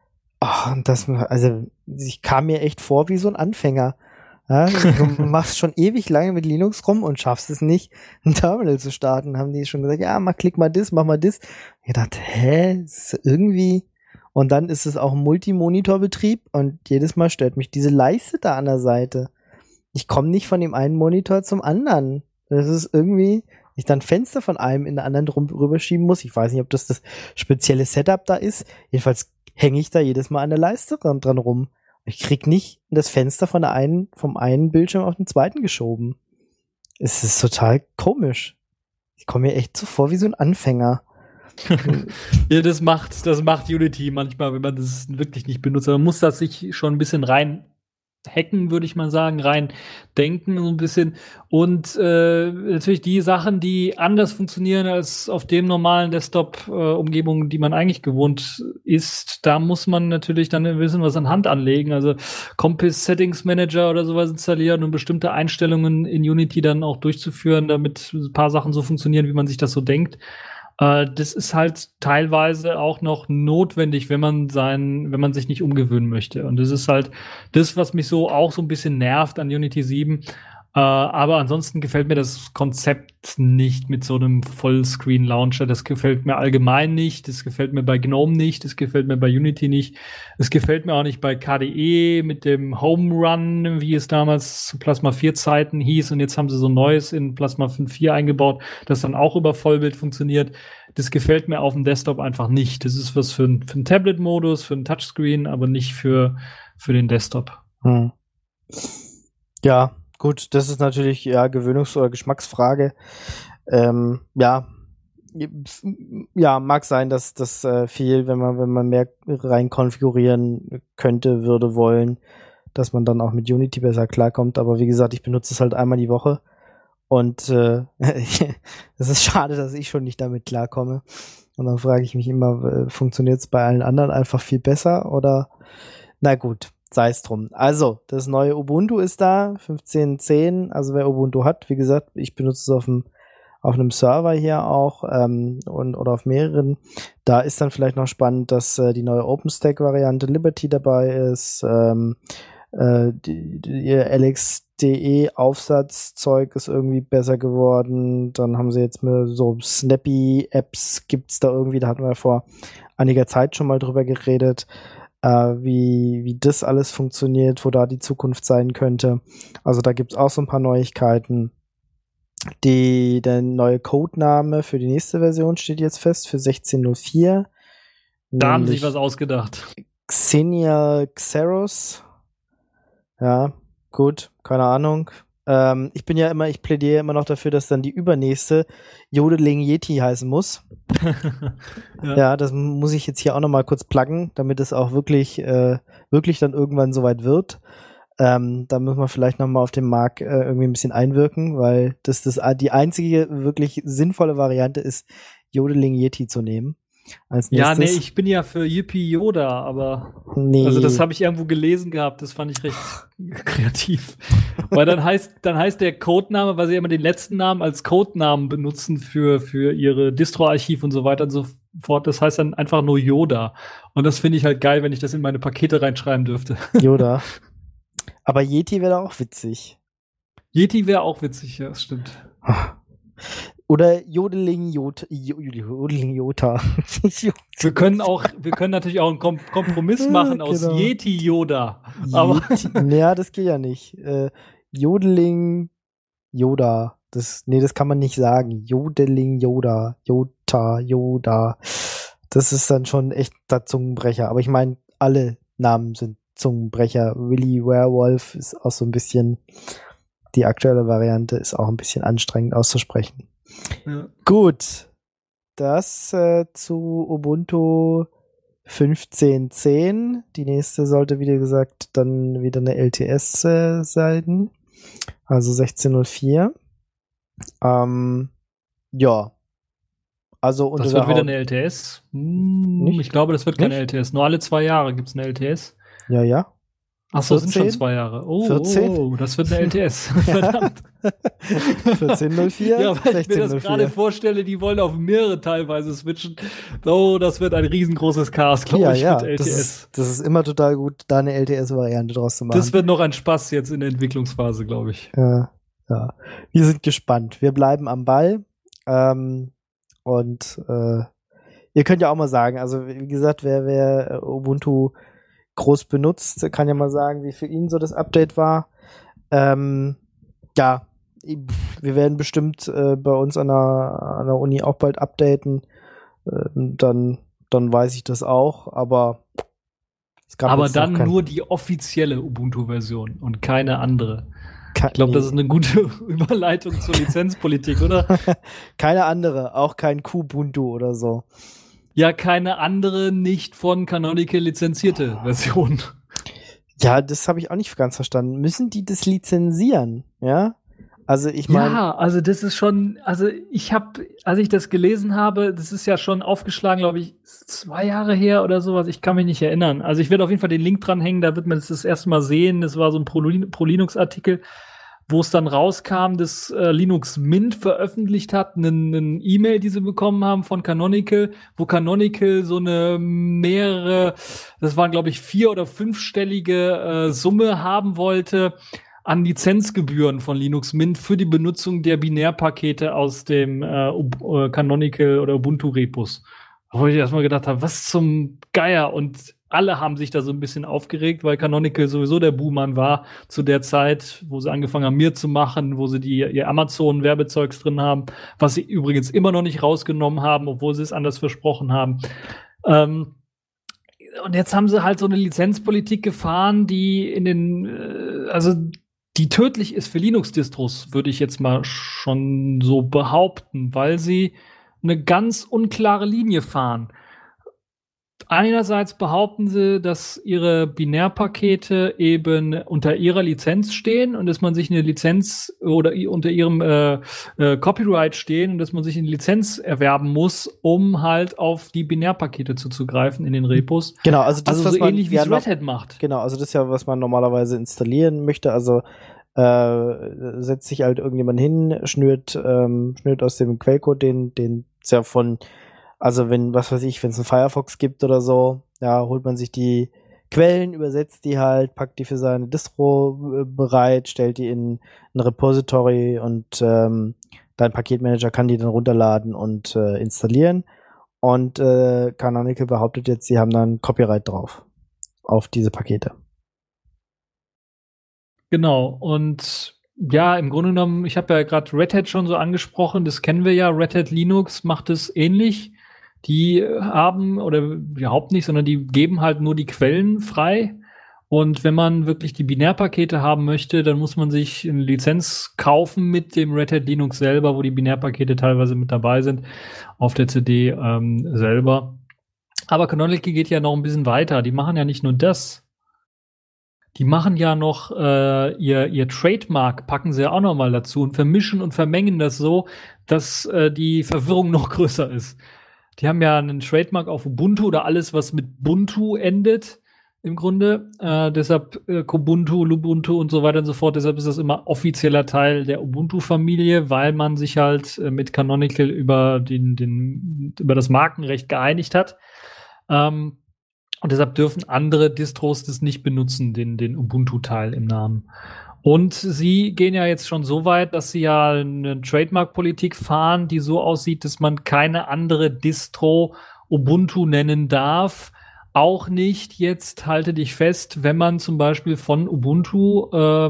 ich kam mir echt vor wie so ein Anfänger. Ja, du machst schon ewig lange mit Linux rum und schaffst es nicht, ein Terminal zu starten. Haben die schon gesagt, ja, klick mal das, mach mal das. Ich dachte, ist irgendwie. Und dann ist es auch ein Multimonitorbetrieb, und jedes Mal stört mich diese Leiste da an der Seite. Ich komme nicht von dem einen Monitor zum anderen. Das ist irgendwie, ich dann Fenster von einem in den anderen rüberschieben muss. Ich weiß nicht, ob das spezielle Setup da ist. Jedenfalls hänge ich da jedes Mal an der Leiste dran rum. Ich krieg nicht das Fenster vom einen Bildschirm auf den zweiten geschoben. Es ist total komisch. Ich komme mir echt so vor wie so ein Anfänger. Ja, das macht Unity manchmal, wenn man das wirklich nicht benutzt. Man muss das sich schon ein bisschen rein hacken, würde ich mal sagen, rein denken so ein bisschen. Und natürlich die Sachen, die anders funktionieren als auf dem normalen Desktop-Umgebung, die man eigentlich gewohnt ist, da muss man natürlich dann ein bisschen was an Hand anlegen. Also Compass Settings Manager oder sowas installieren, um bestimmte Einstellungen in Unity dann auch durchzuführen, damit ein paar Sachen so funktionieren, wie man sich das so denkt. Das ist halt teilweise auch noch notwendig, wenn man sich nicht umgewöhnen möchte. Und das ist halt das, was mich so auch so ein bisschen nervt an Unity 7. Aber ansonsten gefällt mir das Konzept nicht mit so einem Vollscreen-Launcher. Das gefällt mir allgemein nicht. Das gefällt mir bei GNOME nicht. Das gefällt mir bei Unity nicht. Es gefällt mir auch nicht bei KDE mit dem Home Run, wie es damals zu Plasma 4 Zeiten hieß. Und jetzt haben sie so ein neues in Plasma 5.4 eingebaut, das dann auch über Vollbild funktioniert. Das gefällt mir auf dem Desktop einfach nicht. Das ist was für einen Tablet-Modus, für einen Touchscreen, aber nicht für den Desktop. Ja, gut, das ist natürlich Gewöhnungs- oder Geschmacksfrage. Ja, mag sein, dass das viel, wenn man mehr rein konfigurieren könnte, würde wollen, dass man dann auch mit Unity besser klarkommt. Aber wie gesagt, ich benutze es halt einmal die Woche. Und es ist schade, dass ich schon nicht damit klarkomme. Und dann frage ich mich immer, funktioniert es bei allen anderen einfach viel besser? Oder, na gut, sei es drum. Also, das neue Ubuntu ist da, 15.10. Also wer Ubuntu hat, wie gesagt, ich benutze es auf einem Server hier auch oder auf mehreren. Da ist dann vielleicht noch spannend, dass die neue OpenStack-Variante Liberty dabei ist. Ihr LXDE-Aufsatzzeug ist irgendwie besser geworden. Dann haben sie jetzt mehr so Snappy-Apps, gibt's da irgendwie, da hatten wir vor einiger Zeit schon mal drüber geredet, wie das alles funktioniert, wo da die Zukunft sein könnte. Also da gibt's auch so ein paar Neuigkeiten. Der neue Codename für die nächste Version steht jetzt fest, für 16.04. Da haben sie sich was ausgedacht. Xenia Xeros. Ja, gut, keine Ahnung. Ich plädiere immer noch dafür, dass dann die übernächste Yodeling Yeti heißen muss. Ja, das muss ich jetzt hier auch nochmal kurz pluggen, damit es auch wirklich dann irgendwann soweit wird. Da müssen wir vielleicht nochmal auf den Markt irgendwie ein bisschen einwirken, weil die einzige wirklich sinnvolle Variante ist, Yodeling Yeti zu nehmen. Als Ja, nächstes. ich bin ja für Yippie Yoda, aber Nee. also das habe ich irgendwo gelesen gehabt, das fand ich recht kreativ. Weil dann heißt der Codename, weil sie immer den letzten Namen als Codenamen benutzen für ihre Distro-Archiv und so weiter und so fort. Das heißt dann einfach nur Yoda. Und das finde ich halt geil, wenn ich das in meine Pakete reinschreiben dürfte. Yoda. Aber Yeti wäre auch witzig. Yeti wäre auch witzig, ja, das stimmt. Oder Yodeling Jota. Wir können natürlich auch einen Kompromiss machen aus Genau. Yeti Yoda. Aber Ja, das geht ja nicht. Yodeling Yoda. Das kann man nicht sagen. Yodeling Yoda. Jota, Yoda. Das ist dann schon echt der Zungenbrecher. Aber ich meine, alle Namen sind Zungenbrecher. Willy Werewolf ist auch so ein bisschen, die aktuelle Variante ist auch ein bisschen anstrengend auszusprechen. ja. Gut, das zu Ubuntu 15.10. Die nächste sollte, wie gesagt, dann wieder eine LTS sein, also 16.04. Ja, also unter Das der wird wieder Haut. eine LTS. Nicht? Ich glaube, das wird keine Nicht? LTS. Nur alle 2 Jahre gibt es eine LTS. Ja. Achso, sind schon 14? 2 Jahre. Oh, 14? oh, das wird eine LTS. Verdammt. 14.04. Ja, weil ich mir das 16.04. gerade vorstelle, die wollen auf mehrere teilweise switchen. Oh, das wird ein riesengroßes Chaos, glaube ich, mit LTS. Das ist immer total gut, da eine LTS-Variante draus zu machen. Das wird noch ein Spaß jetzt in der Entwicklungsphase, glaube ich. Ja. Wir sind gespannt. Wir bleiben am Ball. Und ihr könnt ja auch mal sagen, also wie gesagt, wer Ubuntu groß benutzt, kann ja mal sagen, wie für ihn so das Update war. Ja, wir werden bestimmt bei uns an der Uni auch bald updaten. Dann weiß ich das auch, aber es gab Aber jetzt noch dann nur die offizielle Ubuntu-Version und keine andere. Ich glaube, nee. das ist eine gute Überleitung zur Lizenzpolitik, oder? Keine andere, auch kein Kubuntu oder so. Ja, keine andere nicht von Canonical lizenzierte Version. Ja, das habe ich auch nicht ganz verstanden. Müssen die das lizenzieren? Ja? Also ich meine. Ja, also das ist schon, also als ich das gelesen habe, das ist ja schon aufgeschlagen, glaube ich, 2 Jahre her oder sowas, ich kann mich nicht erinnern. Also ich werde auf jeden Fall den Link dranhängen, da wird man das erste Mal sehen. Das war so ein Pro-Linux-Artikel, wo es dann rauskam, dass Linux Mint veröffentlicht hat, einen E-Mail, die sie bekommen haben von Canonical, wo Canonical so eine das waren glaube ich 4- oder 5-stellige Summe haben wollte an Lizenzgebühren von Linux Mint für die Benutzung der Binärpakete aus dem Canonical oder Ubuntu Repos. Wo ich erstmal gedacht habe, was zum Geier, und alle haben sich da so ein bisschen aufgeregt, weil Canonical sowieso der Buhmann war zu der Zeit, wo sie angefangen haben, Mir zu machen, wo sie ihr Amazon-Werbezeugs drin haben, was sie übrigens immer noch nicht rausgenommen haben, obwohl sie es anders versprochen haben. Und jetzt haben sie halt so eine Lizenzpolitik gefahren, die die tödlich ist für Linux-Distros, würde ich jetzt mal schon so behaupten, weil sie eine ganz unklare Linie fahren. Einerseits behaupten sie, dass ihre Binärpakete eben unter ihrer Lizenz stehen und dass man sich eine Lizenz oder unter ihrem Copyright stehen und dass man sich eine Lizenz erwerben muss, um halt auf die Binärpakete zuzugreifen in den Repos. Genau, also das also was so man, ähnlich wie es Red Hat macht. Genau, also das ist ja, was man normalerweise installieren möchte. Also setzt sich halt irgendjemand hin, schnürt aus dem Quellcode den ist ja von, also wenn, was weiß ich, wenn es einen Firefox gibt oder so, ja, holt man sich die Quellen, übersetzt die halt, packt die für seine Distro bereit, stellt die in ein Repository und dein Paketmanager kann die dann runterladen und installieren. Und Canonical behauptet jetzt, sie haben dann Copyright drauf, auf diese Pakete. Genau, und ja, im Grunde genommen, ich habe ja gerade Red Hat schon so angesprochen, das kennen wir ja, Red Hat Linux macht es ähnlich. Die haben, oder überhaupt nicht, sondern die geben halt nur die Quellen frei Und wenn man wirklich die Binärpakete haben möchte, dann muss man sich eine Lizenz kaufen mit dem Red Hat Linux selber, wo die Binärpakete teilweise mit dabei sind, auf der CD selber. Aber Canonical geht ja noch ein bisschen weiter. Die machen ja nicht nur das. Die machen ja noch ihr Trademark, packen sie ja auch noch mal dazu und vermischen und vermengen das so, dass die Verwirrung noch größer ist. Die haben ja einen Trademark auf Ubuntu oder alles, was mit Ubuntu endet, im Grunde. Deshalb Kubuntu, Lubuntu und so weiter und so fort. Deshalb ist das immer offizieller Teil der Ubuntu-Familie, weil man sich halt mit Canonical über das Markenrecht geeinigt hat. Und deshalb dürfen andere Distros das nicht benutzen, den Ubuntu-Teil im Namen. Und sie gehen ja jetzt schon so weit, dass sie ja eine Trademark-Politik fahren, die so aussieht, dass man keine andere Distro Ubuntu nennen darf. Auch nicht jetzt, halte dich fest, wenn man zum Beispiel von Ubuntu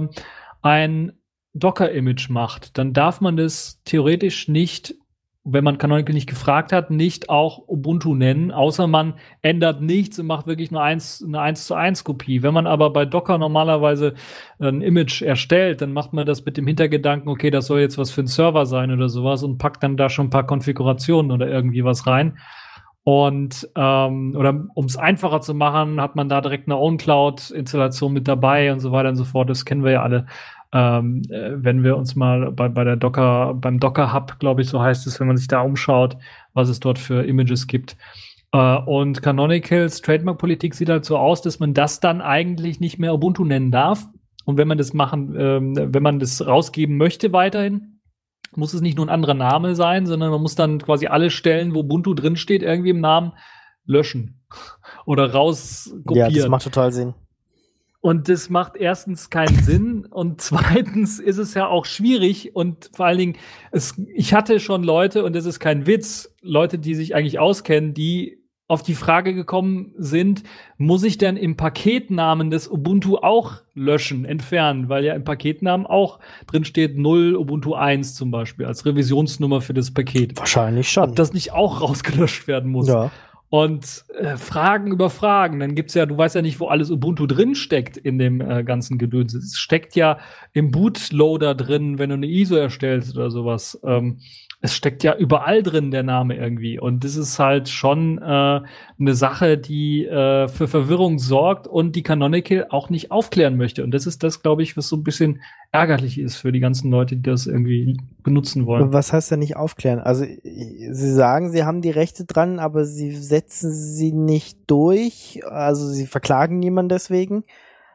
ein Docker-Image macht, dann darf man das theoretisch nicht, wenn man Canonical nicht gefragt hat, nicht auch Ubuntu nennen, außer man ändert nichts und macht wirklich nur eine 1:1 Kopie. Wenn man aber bei Docker normalerweise ein Image erstellt, dann macht man das mit dem Hintergedanken, okay, das soll jetzt was für ein Server sein oder sowas und packt dann da schon ein paar Konfigurationen oder irgendwie was rein. Und oder um es einfacher zu machen, hat man da direkt eine OwnCloud-Installation mit dabei und so weiter und so fort. Das kennen wir ja alle. Wenn wir uns mal beim Docker Hub, glaube ich, so heißt es, wenn man sich da umschaut, was es dort für Images gibt. Und Canonicals Trademark-Politik sieht halt so aus, dass man das dann eigentlich nicht mehr Ubuntu nennen darf. Und wenn man das wenn man das rausgeben möchte weiterhin, muss es nicht nur ein anderer Name sein, sondern man muss dann quasi alle Stellen, wo Ubuntu drinsteht, irgendwie im Namen löschen oder rauskopieren. Ja, das macht total Sinn. Und das macht erstens keinen Sinn und zweitens ist es ja auch schwierig und vor allen Dingen, ich hatte schon Leute, und das ist kein Witz, Leute, die sich eigentlich auskennen, die auf die Frage gekommen sind, muss ich denn im Paketnamen des Ubuntu auch löschen, entfernen, weil ja im Paketnamen auch drin steht 0 Ubuntu 1 zum Beispiel als Revisionsnummer für das Paket. Wahrscheinlich schon. Ob das nicht auch rausgelöscht werden muss. Ja. Und Fragen über Fragen. Dann gibt's ja, du weißt ja nicht, wo alles Ubuntu drin steckt in dem ganzen Gedöns. Es steckt ja im Bootloader drin, wenn du eine ISO erstellst oder sowas. Es steckt ja überall drin, der Name irgendwie. Und das ist halt schon eine Sache, die für Verwirrung sorgt und die Canonical auch nicht aufklären möchte. Und das ist das, glaube ich, was so ein bisschen ärgerlich ist für die ganzen Leute, die das irgendwie benutzen wollen. Was heißt denn nicht aufklären? Also, sie sagen, sie haben die Rechte dran, aber sie setzen sie nicht durch. Also, sie verklagen niemanden deswegen.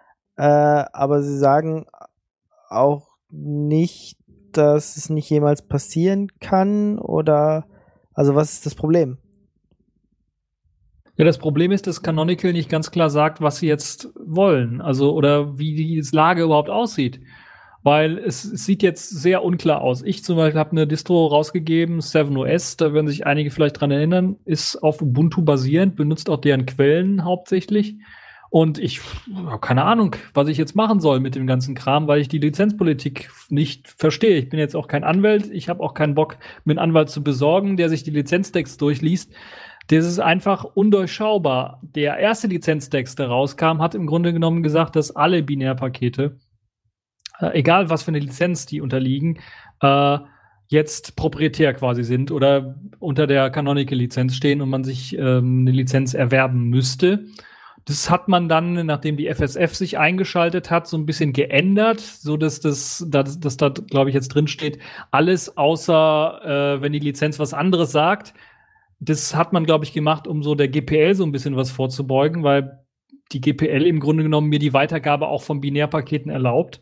Aber sie sagen auch nicht, dass es nicht jemals passieren kann, oder, also was ist das Problem? Ja, das Problem ist, dass Canonical nicht ganz klar sagt, was sie jetzt wollen, also oder wie die Lage überhaupt aussieht. Weil es sieht jetzt sehr unklar aus. Ich zum Beispiel habe eine Distro rausgegeben, 7OS, da werden sich einige vielleicht dran erinnern, ist auf Ubuntu basierend, benutzt auch deren Quellen hauptsächlich. Und ich habe keine Ahnung, was ich jetzt machen soll mit dem ganzen Kram, weil ich die Lizenzpolitik nicht verstehe. Ich bin jetzt auch kein Anwalt. Ich habe auch keinen Bock, mir einen Anwalt zu besorgen, der sich die Lizenztext durchliest. Das ist einfach undurchschaubar. Der erste Lizenztext, der rauskam, hat im Grunde genommen gesagt, dass alle Binärpakete, egal was für eine Lizenz die unterliegen, jetzt proprietär quasi sind oder unter der Canonical-Lizenz stehen und man sich eine Lizenz erwerben müsste. Das hat man dann, nachdem die FSF sich eingeschaltet hat, so ein bisschen geändert, so dass da, glaube ich, jetzt drin steht, alles außer, wenn die Lizenz was anderes sagt. Das hat man, glaube ich, gemacht, um so der GPL so ein bisschen was vorzubeugen, weil die GPL im Grunde genommen mir die Weitergabe auch von Binärpaketen erlaubt.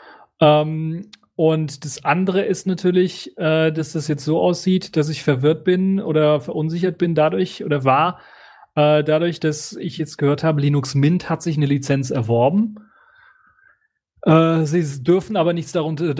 Und das andere ist natürlich, dass das jetzt so aussieht, dass ich verwirrt bin oder verunsichert bin dadurch, dass ich jetzt gehört habe, Linux Mint hat sich eine Lizenz erworben. Sie dürfen aber nichts davon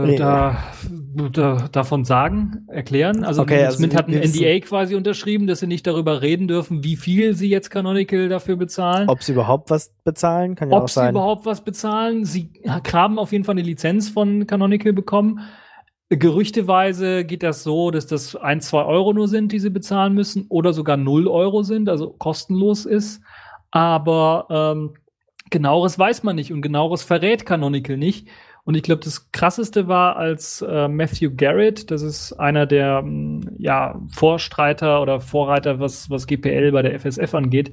erklären. Also okay, Linux Mint hat ein NDA quasi unterschrieben, dass sie nicht darüber reden dürfen, wie viel sie jetzt Canonical dafür bezahlen. Ob sie überhaupt was bezahlen, kann ja auch sein. Ob sie überhaupt was bezahlen. Sie haben auf jeden Fall eine Lizenz von Canonical bekommen. Gerüchteweise geht das so, dass das 1-2 Euro nur sind, die sie bezahlen müssen, oder sogar 0 Euro sind, also kostenlos ist. Aber Genaueres weiß man nicht und genaueres verrät Canonical nicht. Und ich glaube, das Krasseste war, als Matthew Garrett, das ist einer der Vorstreiter oder Vorreiter, was GPL bei der FSF angeht,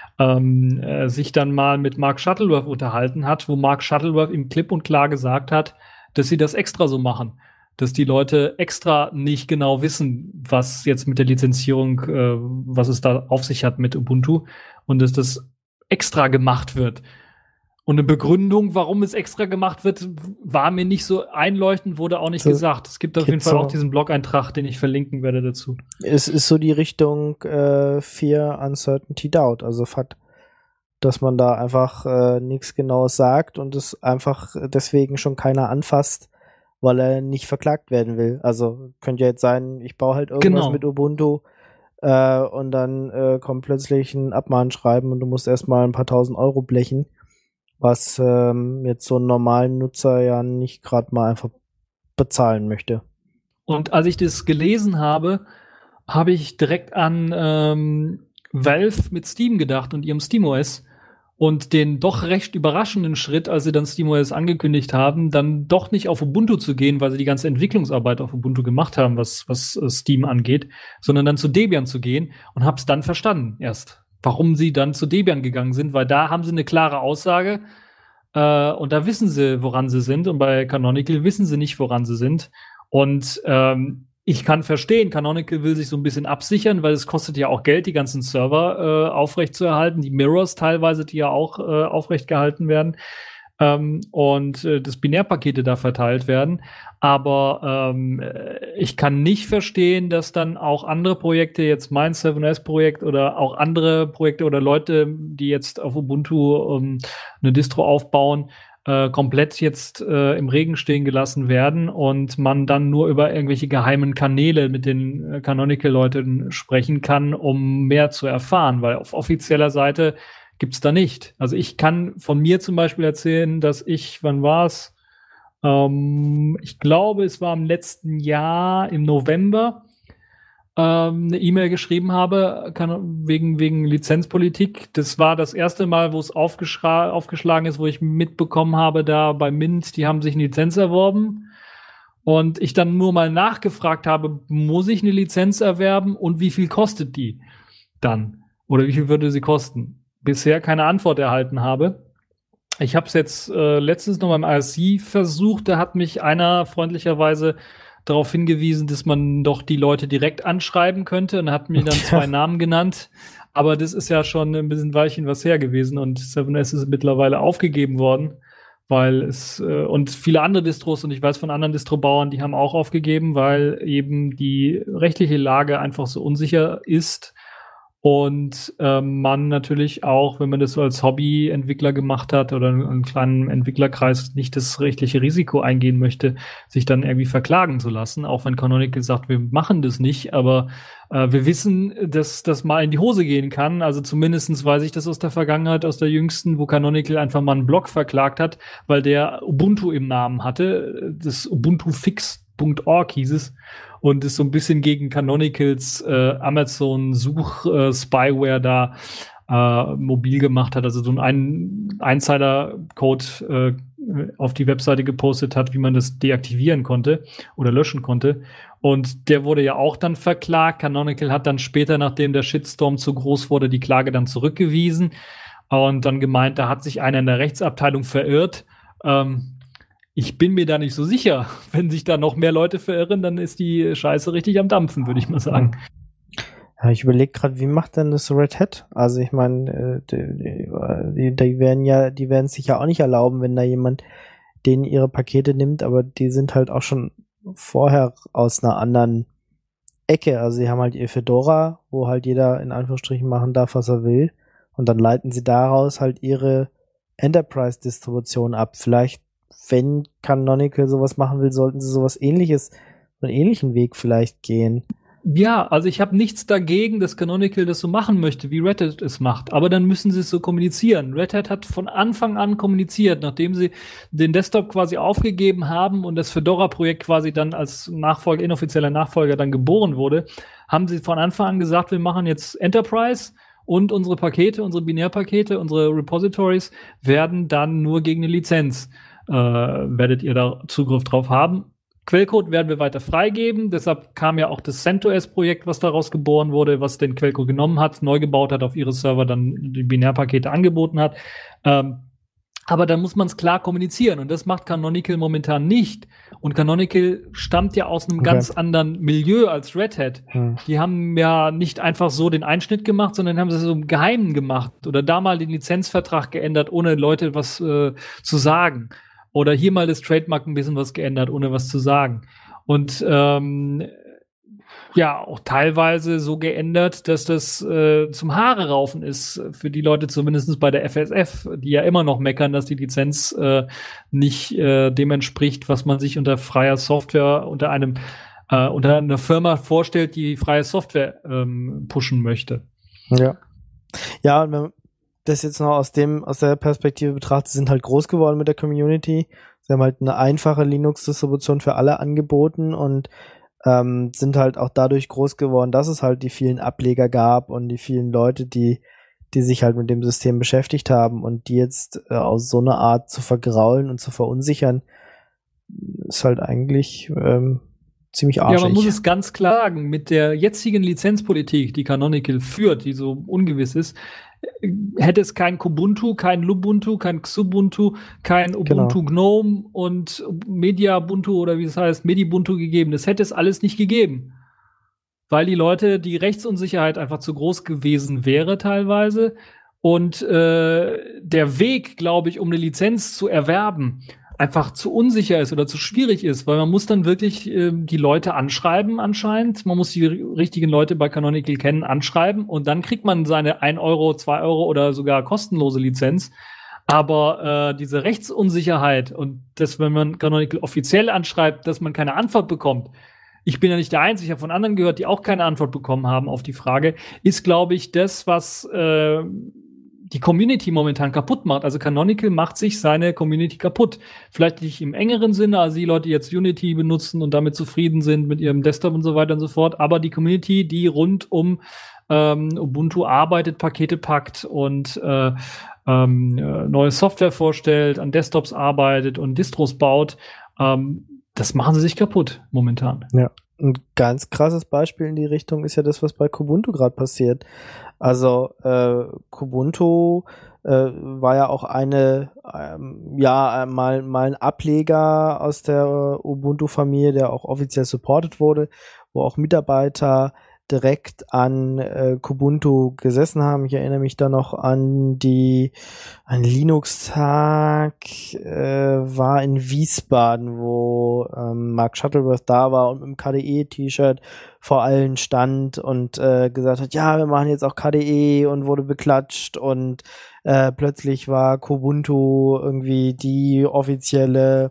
sich dann mal mit Mark Shuttleworth unterhalten hat, wo Mark Shuttleworth ihm klipp und klar gesagt hat, dass sie das extra so machen. Dass die Leute extra nicht genau wissen, was jetzt mit der Lizenzierung, was es da auf sich hat mit Ubuntu und dass das extra gemacht wird. Und eine Begründung, warum es extra gemacht wird, war mir nicht so einleuchtend, wurde auch nicht So, gesagt. Es gibt auf jeden Fall so. auch diesen Blog-Eintrag, den ich verlinken werde dazu. Es ist so die Richtung Fear, Uncertainty, Doubt. Also Fakt, dass man da einfach nichts Genaues sagt und es einfach deswegen schon keiner anfasst, weil er nicht verklagt werden will. Also könnte ja jetzt sein, ich baue halt irgendwas mit Ubuntu und dann kommt plötzlich ein Abmahnschreiben und du musst erstmal ein paar tausend Euro blechen, was jetzt so einen normalen Nutzer ja nicht gerade mal einfach bezahlen möchte. Und als ich das gelesen habe, habe ich direkt an Valve mit Steam gedacht und ihrem SteamOS und den doch recht überraschenden Schritt, als sie dann SteamOS angekündigt haben, dann doch nicht auf Ubuntu zu gehen, weil sie die ganze Entwicklungsarbeit auf Ubuntu gemacht haben, was Steam angeht, sondern dann zu Debian zu gehen und habe es dann verstanden erst, warum sie dann zu Debian gegangen sind, weil da haben sie eine klare Aussage und da wissen sie, woran sie sind und bei Canonical wissen sie nicht, woran sie sind. Und ich kann verstehen, Canonical will sich so ein bisschen absichern, weil es kostet ja auch Geld, die ganzen Server aufrechtzuerhalten, die Mirrors teilweise, die ja auch aufrecht gehalten werden und das Binärpakete da verteilt werden. Aber ich kann nicht verstehen, dass dann auch andere Projekte, jetzt mein 7S-Projekt oder auch andere Projekte oder Leute, die jetzt auf Ubuntu eine Distro aufbauen, komplett jetzt im Regen stehen gelassen werden und man dann nur über irgendwelche geheimen Kanäle mit den Canonical-Leuten sprechen kann, um mehr zu erfahren, weil auf offizieller Seite gibt's da nicht. Also ich kann von mir zum Beispiel erzählen, dass ich, wann war's? Ich glaube, es war im letzten Jahr im November, eine E-Mail geschrieben habe, wegen Lizenzpolitik. Das war das erste Mal, wo es aufgeschlagen ist, wo ich mitbekommen habe, da bei Mint, die haben sich eine Lizenz erworben. Und ich dann nur mal nachgefragt habe, muss ich eine Lizenz erwerben und wie viel kostet die dann? Oder wie viel würde sie kosten? Bisher keine Antwort erhalten habe. Ich habe es jetzt letztens noch beim IRC versucht, da hat mich einer freundlicherweise darauf hingewiesen, dass man doch die Leute direkt anschreiben könnte und hat mir dann 2 Namen genannt. Aber das ist ja schon ein bisschen Weilchen was her gewesen und 7S ist mittlerweile aufgegeben worden, weil es und viele andere Distros und ich weiß von anderen Distrobauern, die haben auch aufgegeben, weil eben die rechtliche Lage einfach so unsicher ist. Und man natürlich auch, wenn man das so als Hobbyentwickler gemacht hat oder einen kleinen Entwicklerkreis nicht das rechtliche Risiko eingehen möchte, sich dann irgendwie verklagen zu lassen, auch wenn Canonical sagt, wir machen das nicht, aber wir wissen, dass das mal in die Hose gehen kann. Also zumindestens weiß ich das aus der Vergangenheit, aus der jüngsten, wo Canonical einfach mal einen Blog verklagt hat, weil der Ubuntu im Namen hatte. Das ubuntufix.org hieß es. Und ist so ein bisschen gegen Canonicals Amazon-Such-Spyware da mobil gemacht hat. Also so ein Insider-Code auf die Webseite gepostet hat, wie man das deaktivieren konnte oder löschen konnte. Und der wurde ja auch dann verklagt. Canonical hat dann später, nachdem der Shitstorm zu groß wurde, die Klage dann zurückgewiesen und dann gemeint, da hat sich einer in der Rechtsabteilung verirrt. Ich bin mir da nicht so sicher. Wenn sich da noch mehr Leute verirren, dann ist die Scheiße richtig am Dampfen, würde ich mal sagen. Ja, ich überlege gerade, wie macht denn das Red Hat? Also ich meine, die werden es sich ja auch nicht erlauben, wenn da jemand denen ihre Pakete nimmt, aber die sind halt auch schon vorher aus einer anderen Ecke. Also sie haben halt ihr Fedora, wo halt jeder in Anführungsstrichen machen darf, was er will. Und dann leiten sie daraus halt ihre Enterprise-Distribution ab. Vielleicht, wenn Canonical sowas machen will, sollten sie sowas ähnliches, einen ähnlichen Weg vielleicht gehen. Ja, also ich habe nichts dagegen, dass Canonical das so machen möchte, wie Red Hat es macht. Aber dann müssen sie es so kommunizieren. Red Hat hat von Anfang an kommuniziert, nachdem sie den Desktop quasi aufgegeben haben und das Fedora-Projekt quasi dann als inoffizieller Nachfolger dann geboren wurde, haben sie von Anfang an gesagt, wir machen jetzt Enterprise und unsere Pakete, unsere Binärpakete, unsere Repositories werden dann nur gegen eine Lizenz, werdet ihr da Zugriff drauf haben. Quellcode werden wir weiter freigeben, deshalb kam ja auch das CentOS-Projekt, was daraus geboren wurde, was den Quellcode genommen hat, neu gebaut hat, auf ihre Server dann die Binärpakete angeboten hat. Aber dann muss man es klar kommunizieren und das macht Canonical momentan nicht. Und Canonical stammt ja aus einem ganz anderen Milieu als Red Hat. Die haben ja nicht einfach so den Einschnitt gemacht, sondern haben es so im Geheimen gemacht oder da mal den Lizenzvertrag geändert, ohne Leute was zu sagen. Oder hier mal das Trademark ein bisschen was geändert, ohne was zu sagen. Und ja, auch teilweise so geändert, dass das zum Haare raufen ist für die Leute, zumindest bei der FSF, die ja immer noch meckern, dass die Lizenz nicht dem entspricht, was man sich unter freier Software unter einer Firma vorstellt, die freie Software pushen möchte. Ja. Ja, und wenn man das jetzt noch aus der Perspektive betrachtet, sie sind halt groß geworden mit der Community. Sie haben halt eine einfache Linux-Distribution für alle angeboten und sind halt auch dadurch groß geworden, dass es halt die vielen Ableger gab und die vielen Leute, die sich halt mit dem System beschäftigt haben und die jetzt aus so einer Art zu vergraulen und zu verunsichern, ist halt eigentlich ziemlich arschig. Ja, man muss es ganz klar sagen, mit der jetzigen Lizenzpolitik, die Canonical führt, die so ungewiss ist, hätte es kein Kubuntu, kein Lubuntu, kein Xubuntu, kein Ubuntu Gnome und Mediabuntu oder wie es heißt, Medibuntu gegeben. Das hätte es alles nicht gegeben. Weil die Leute, die Rechtsunsicherheit einfach zu groß gewesen wäre teilweise. Und der Weg, glaube ich, um eine Lizenz zu erwerben, einfach zu unsicher ist oder zu schwierig ist, weil man muss dann wirklich die Leute anschreiben anscheinend. Man muss die richtigen Leute bei Canonical kennen, anschreiben und dann kriegt man seine 1 Euro, 2 Euro oder sogar kostenlose Lizenz. Aber diese Rechtsunsicherheit und dass, wenn man Canonical offiziell anschreibt, dass man keine Antwort bekommt, ich bin ja nicht der Einzige, ich habe von anderen gehört, die auch keine Antwort bekommen haben auf die Frage, ist, glaube ich, das, was die Community momentan kaputt macht. Also Canonical macht sich seine Community kaputt. Vielleicht nicht im engeren Sinne, also die Leute, die jetzt Unity benutzen und damit zufrieden sind mit ihrem Desktop und so weiter und so fort, aber die Community, die rund um Ubuntu arbeitet, Pakete packt und neue Software vorstellt, an Desktops arbeitet und Distros baut, das machen sie sich kaputt momentan. Ja, ein ganz krasses Beispiel in die Richtung ist ja das, was bei Kubuntu gerade passiert. Also Kubuntu war ja auch mal ein Ableger aus der Ubuntu-Familie, der auch offiziell supported wurde, wo auch Mitarbeiter direkt an Kubuntu gesessen haben. Ich erinnere mich da noch an ein Linux-Tag war in Wiesbaden, wo Mark Shuttleworth da war und mit dem KDE-T-Shirt vor allen stand und gesagt hat, ja, wir machen jetzt auch KDE und wurde beklatscht und plötzlich war Kubuntu irgendwie die offizielle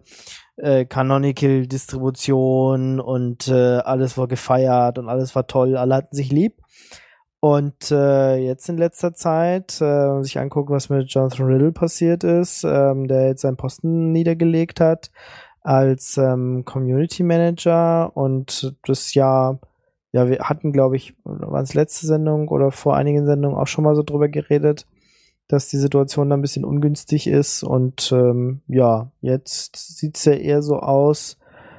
Canonical-Distribution und alles war gefeiert und alles war toll, alle hatten sich lieb. Und jetzt in letzter Zeit, sich angucken, was mit Jonathan Riddle passiert ist, der jetzt seinen Posten niedergelegt hat als Community Manager und das wir hatten, glaube ich, war es letzte Sendung oder vor einigen Sendungen auch schon mal so drüber geredet, dass die Situation da ein bisschen ungünstig ist und jetzt sieht's ja eher so aus,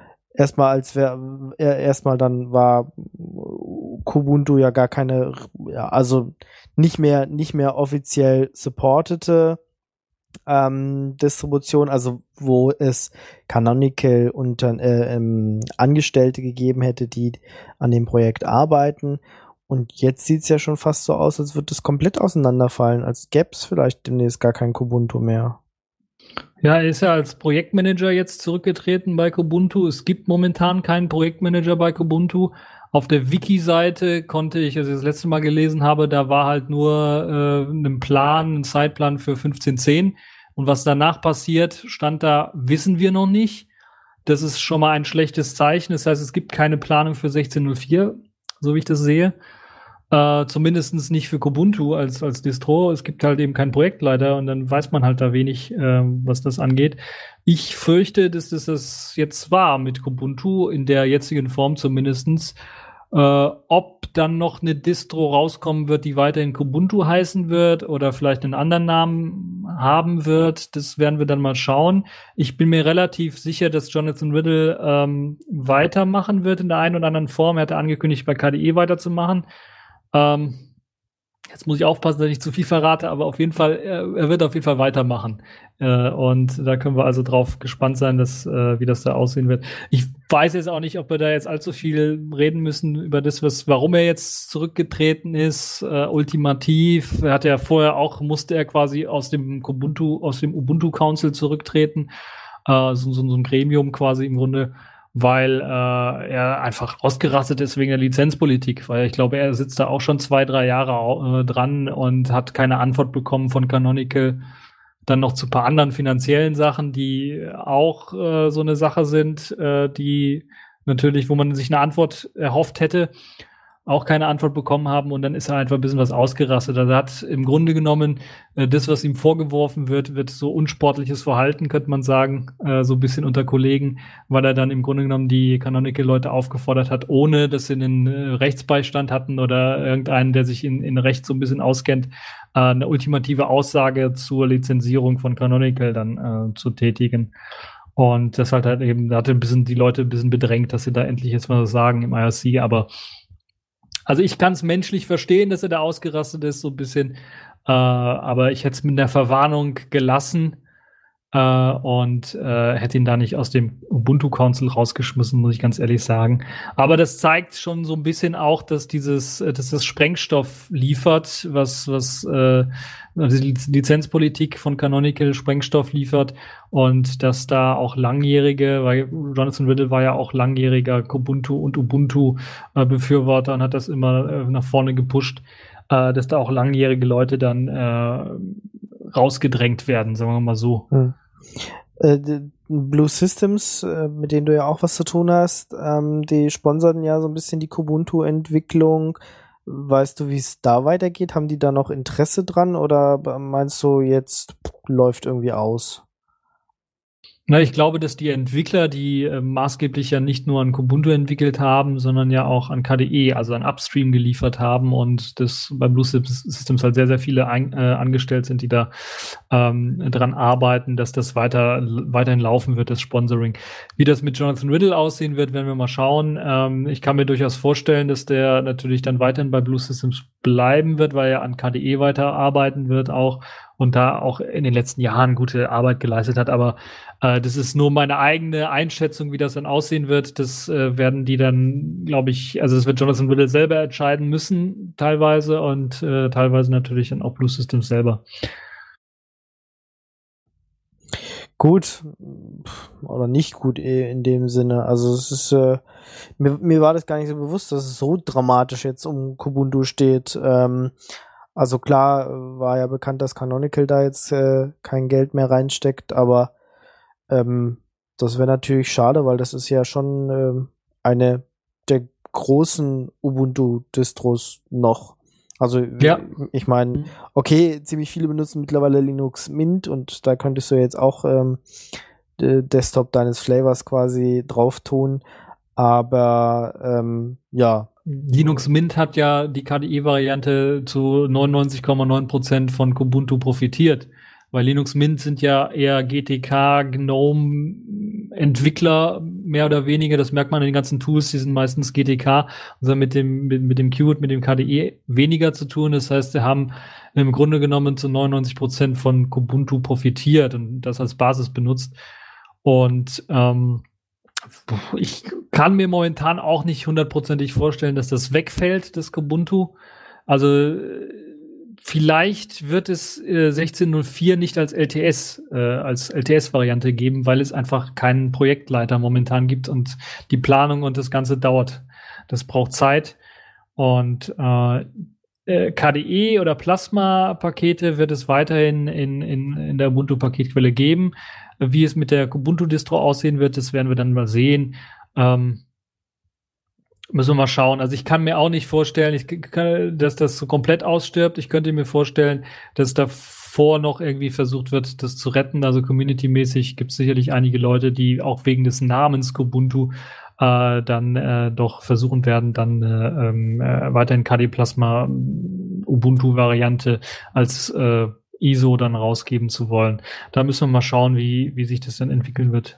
dann war Kubuntu ja gar keine, also nicht mehr offiziell supportete Distribution, also wo es Canonical und Angestellte gegeben hätte, die an dem Projekt arbeiten. Und jetzt sieht's ja schon fast so aus, als würde es komplett auseinanderfallen, als gäbe es vielleicht demnächst gar kein Kubuntu mehr. Ja, er ist ja als Projektmanager jetzt zurückgetreten bei Kubuntu. Es gibt momentan keinen Projektmanager bei Kubuntu. Auf der Wiki-Seite konnte ich, als ich das letzte Mal gelesen habe, da war halt nur ein Zeitplan für 15.10. Und was danach passiert, stand da, wissen wir noch nicht. Das ist schon mal ein schlechtes Zeichen. Das heißt, es gibt keine Planung für 16.04, so wie ich das sehe. Zumindest nicht für Kubuntu als Distro. Es gibt halt eben keinen Projektleiter und dann weiß man halt da wenig, was das angeht. Ich fürchte, dass das jetzt war mit Kubuntu in der jetzigen Form zumindest. Ob dann noch eine Distro rauskommen wird, die weiterhin Kubuntu heißen wird oder vielleicht einen anderen Namen haben wird, das werden wir dann mal schauen. Ich bin mir relativ sicher, dass Jonathan Riddle weitermachen wird in der einen oder anderen Form. Er hatte angekündigt, bei KDE weiterzumachen. Jetzt muss ich aufpassen, dass ich nicht zu viel verrate, aber auf jeden Fall, er wird auf jeden Fall weitermachen. Und da können wir also drauf gespannt sein, wie das da aussehen wird. Ich weiß jetzt auch nicht, ob wir da jetzt allzu viel reden müssen über das, warum er jetzt zurückgetreten ist, ultimativ. Er hatte ja vorher auch, musste er quasi aus dem Ubuntu Council zurücktreten, so ein Gremium quasi im Grunde, weil er einfach ausgerastet ist wegen der Lizenzpolitik, weil ich glaube, er sitzt da auch schon 2-3 Jahre dran und hat keine Antwort bekommen von Canonical. Dann noch zu ein paar anderen finanziellen Sachen, die auch so eine Sache sind, die natürlich, wo man sich eine Antwort erhofft hätte, auch keine Antwort bekommen haben, und dann ist er einfach ein bisschen was ausgerastet. Also er hat im Grunde genommen das, was ihm vorgeworfen wird so unsportliches Verhalten, könnte man sagen, so ein bisschen unter Kollegen, weil er dann im Grunde genommen die Canonical-Leute aufgefordert hat, ohne dass sie einen Rechtsbeistand hatten oder irgendeinen, der sich in Recht so ein bisschen auskennt, eine ultimative Aussage zur Lizenzierung von Canonical dann zu tätigen. Und das halt eben, da hatte die Leute ein bisschen bedrängt, dass sie da endlich jetzt mal was sagen im IRC, aber also ich kann es menschlich verstehen, dass er da ausgerastet ist, so ein bisschen. Aber ich hätte es mit einer Verwarnung gelassen und hätte ihn da nicht aus dem Ubuntu Council rausgeschmissen, muss ich ganz ehrlich sagen. Aber das zeigt schon so ein bisschen auch, dass das Sprengstoff liefert, was die Lizenzpolitik von Canonical Sprengstoff liefert, und dass da auch weil Jonathan Riddle war ja auch langjähriger Kubuntu und Ubuntu Befürworter und hat das immer nach vorne gepusht, dass da auch langjährige Leute dann rausgedrängt werden, sagen wir mal so. Blue Systems, mit denen du ja auch was zu tun hast, die sponsern ja so ein bisschen die Kubuntu-Entwicklung. Weißt du, wie es da weitergeht? Haben die da noch Interesse dran, oder meinst du, jetzt läuft irgendwie aus? Na, ich glaube, dass die Entwickler, die maßgeblich ja nicht nur an Kubuntu entwickelt haben, sondern ja auch an KDE, also an Upstream geliefert haben, und das bei Blue Systems halt sehr, sehr viele angestellt sind, die da dran arbeiten, dass das weiterhin laufen wird, das Sponsoring. Wie das mit Jonathan Riddle aussehen wird, werden wir mal schauen. Ich kann mir durchaus vorstellen, dass der natürlich dann weiterhin bei Blue Systems bleiben wird, weil er an KDE weiterarbeiten wird auch und da auch in den letzten Jahren gute Arbeit geleistet hat, aber das ist nur meine eigene Einschätzung, wie das dann aussehen wird. Das werden die dann, glaube ich, also das wird Jonathan Riddle selber entscheiden müssen, teilweise, und teilweise natürlich dann auch Blue Systems selber. Gut oder nicht gut in dem Sinne. Also es ist mir war das gar nicht so bewusst, dass es so dramatisch jetzt um Kubuntu steht. Also klar war ja bekannt, dass Canonical da jetzt kein Geld mehr reinsteckt, aber das wäre natürlich schade, weil das ist ja schon eine der großen Ubuntu-Distros noch. Also ja. Ich meine, okay, ziemlich viele benutzen mittlerweile Linux Mint, und da könntest du jetzt auch Desktop deines Flavors quasi drauf tun, aber ja. Linux Mint hat ja die KDE-Variante zu 99,9% von Kubuntu profitiert. Weil Linux Mint sind ja eher GTK, GNOME-Entwickler, mehr oder weniger. Das merkt man in den ganzen Tools, die sind meistens GTK. Und mit dem Qt, mit dem KDE weniger zu tun. Das heißt, sie haben im Grunde genommen zu 99% von Kubuntu profitiert und das als Basis benutzt. Und ich kann mir momentan auch nicht 100%ig vorstellen, dass das wegfällt, das Kubuntu. Also vielleicht wird es 16.04 nicht als LTS-Variante geben, weil es einfach keinen Projektleiter momentan gibt und die Planung und das Ganze dauert. Das braucht Zeit. Und KDE oder Plasma-Pakete wird es weiterhin in der Ubuntu-Paketquelle geben. Wie es mit der Kubuntu-Distro aussehen wird, das werden wir dann mal sehen. Müssen wir mal schauen. Also ich kann mir auch nicht vorstellen, dass das so komplett ausstirbt. Ich könnte mir vorstellen, dass davor noch irgendwie versucht wird, das zu retten. Also community-mäßig gibt es sicherlich einige Leute, die auch wegen des Namens Kubuntu dann doch versuchen werden, dann weiterhin KDE Plasma Ubuntu-Variante als ISO dann rausgeben zu wollen. Da müssen wir mal schauen, wie sich das dann entwickeln wird.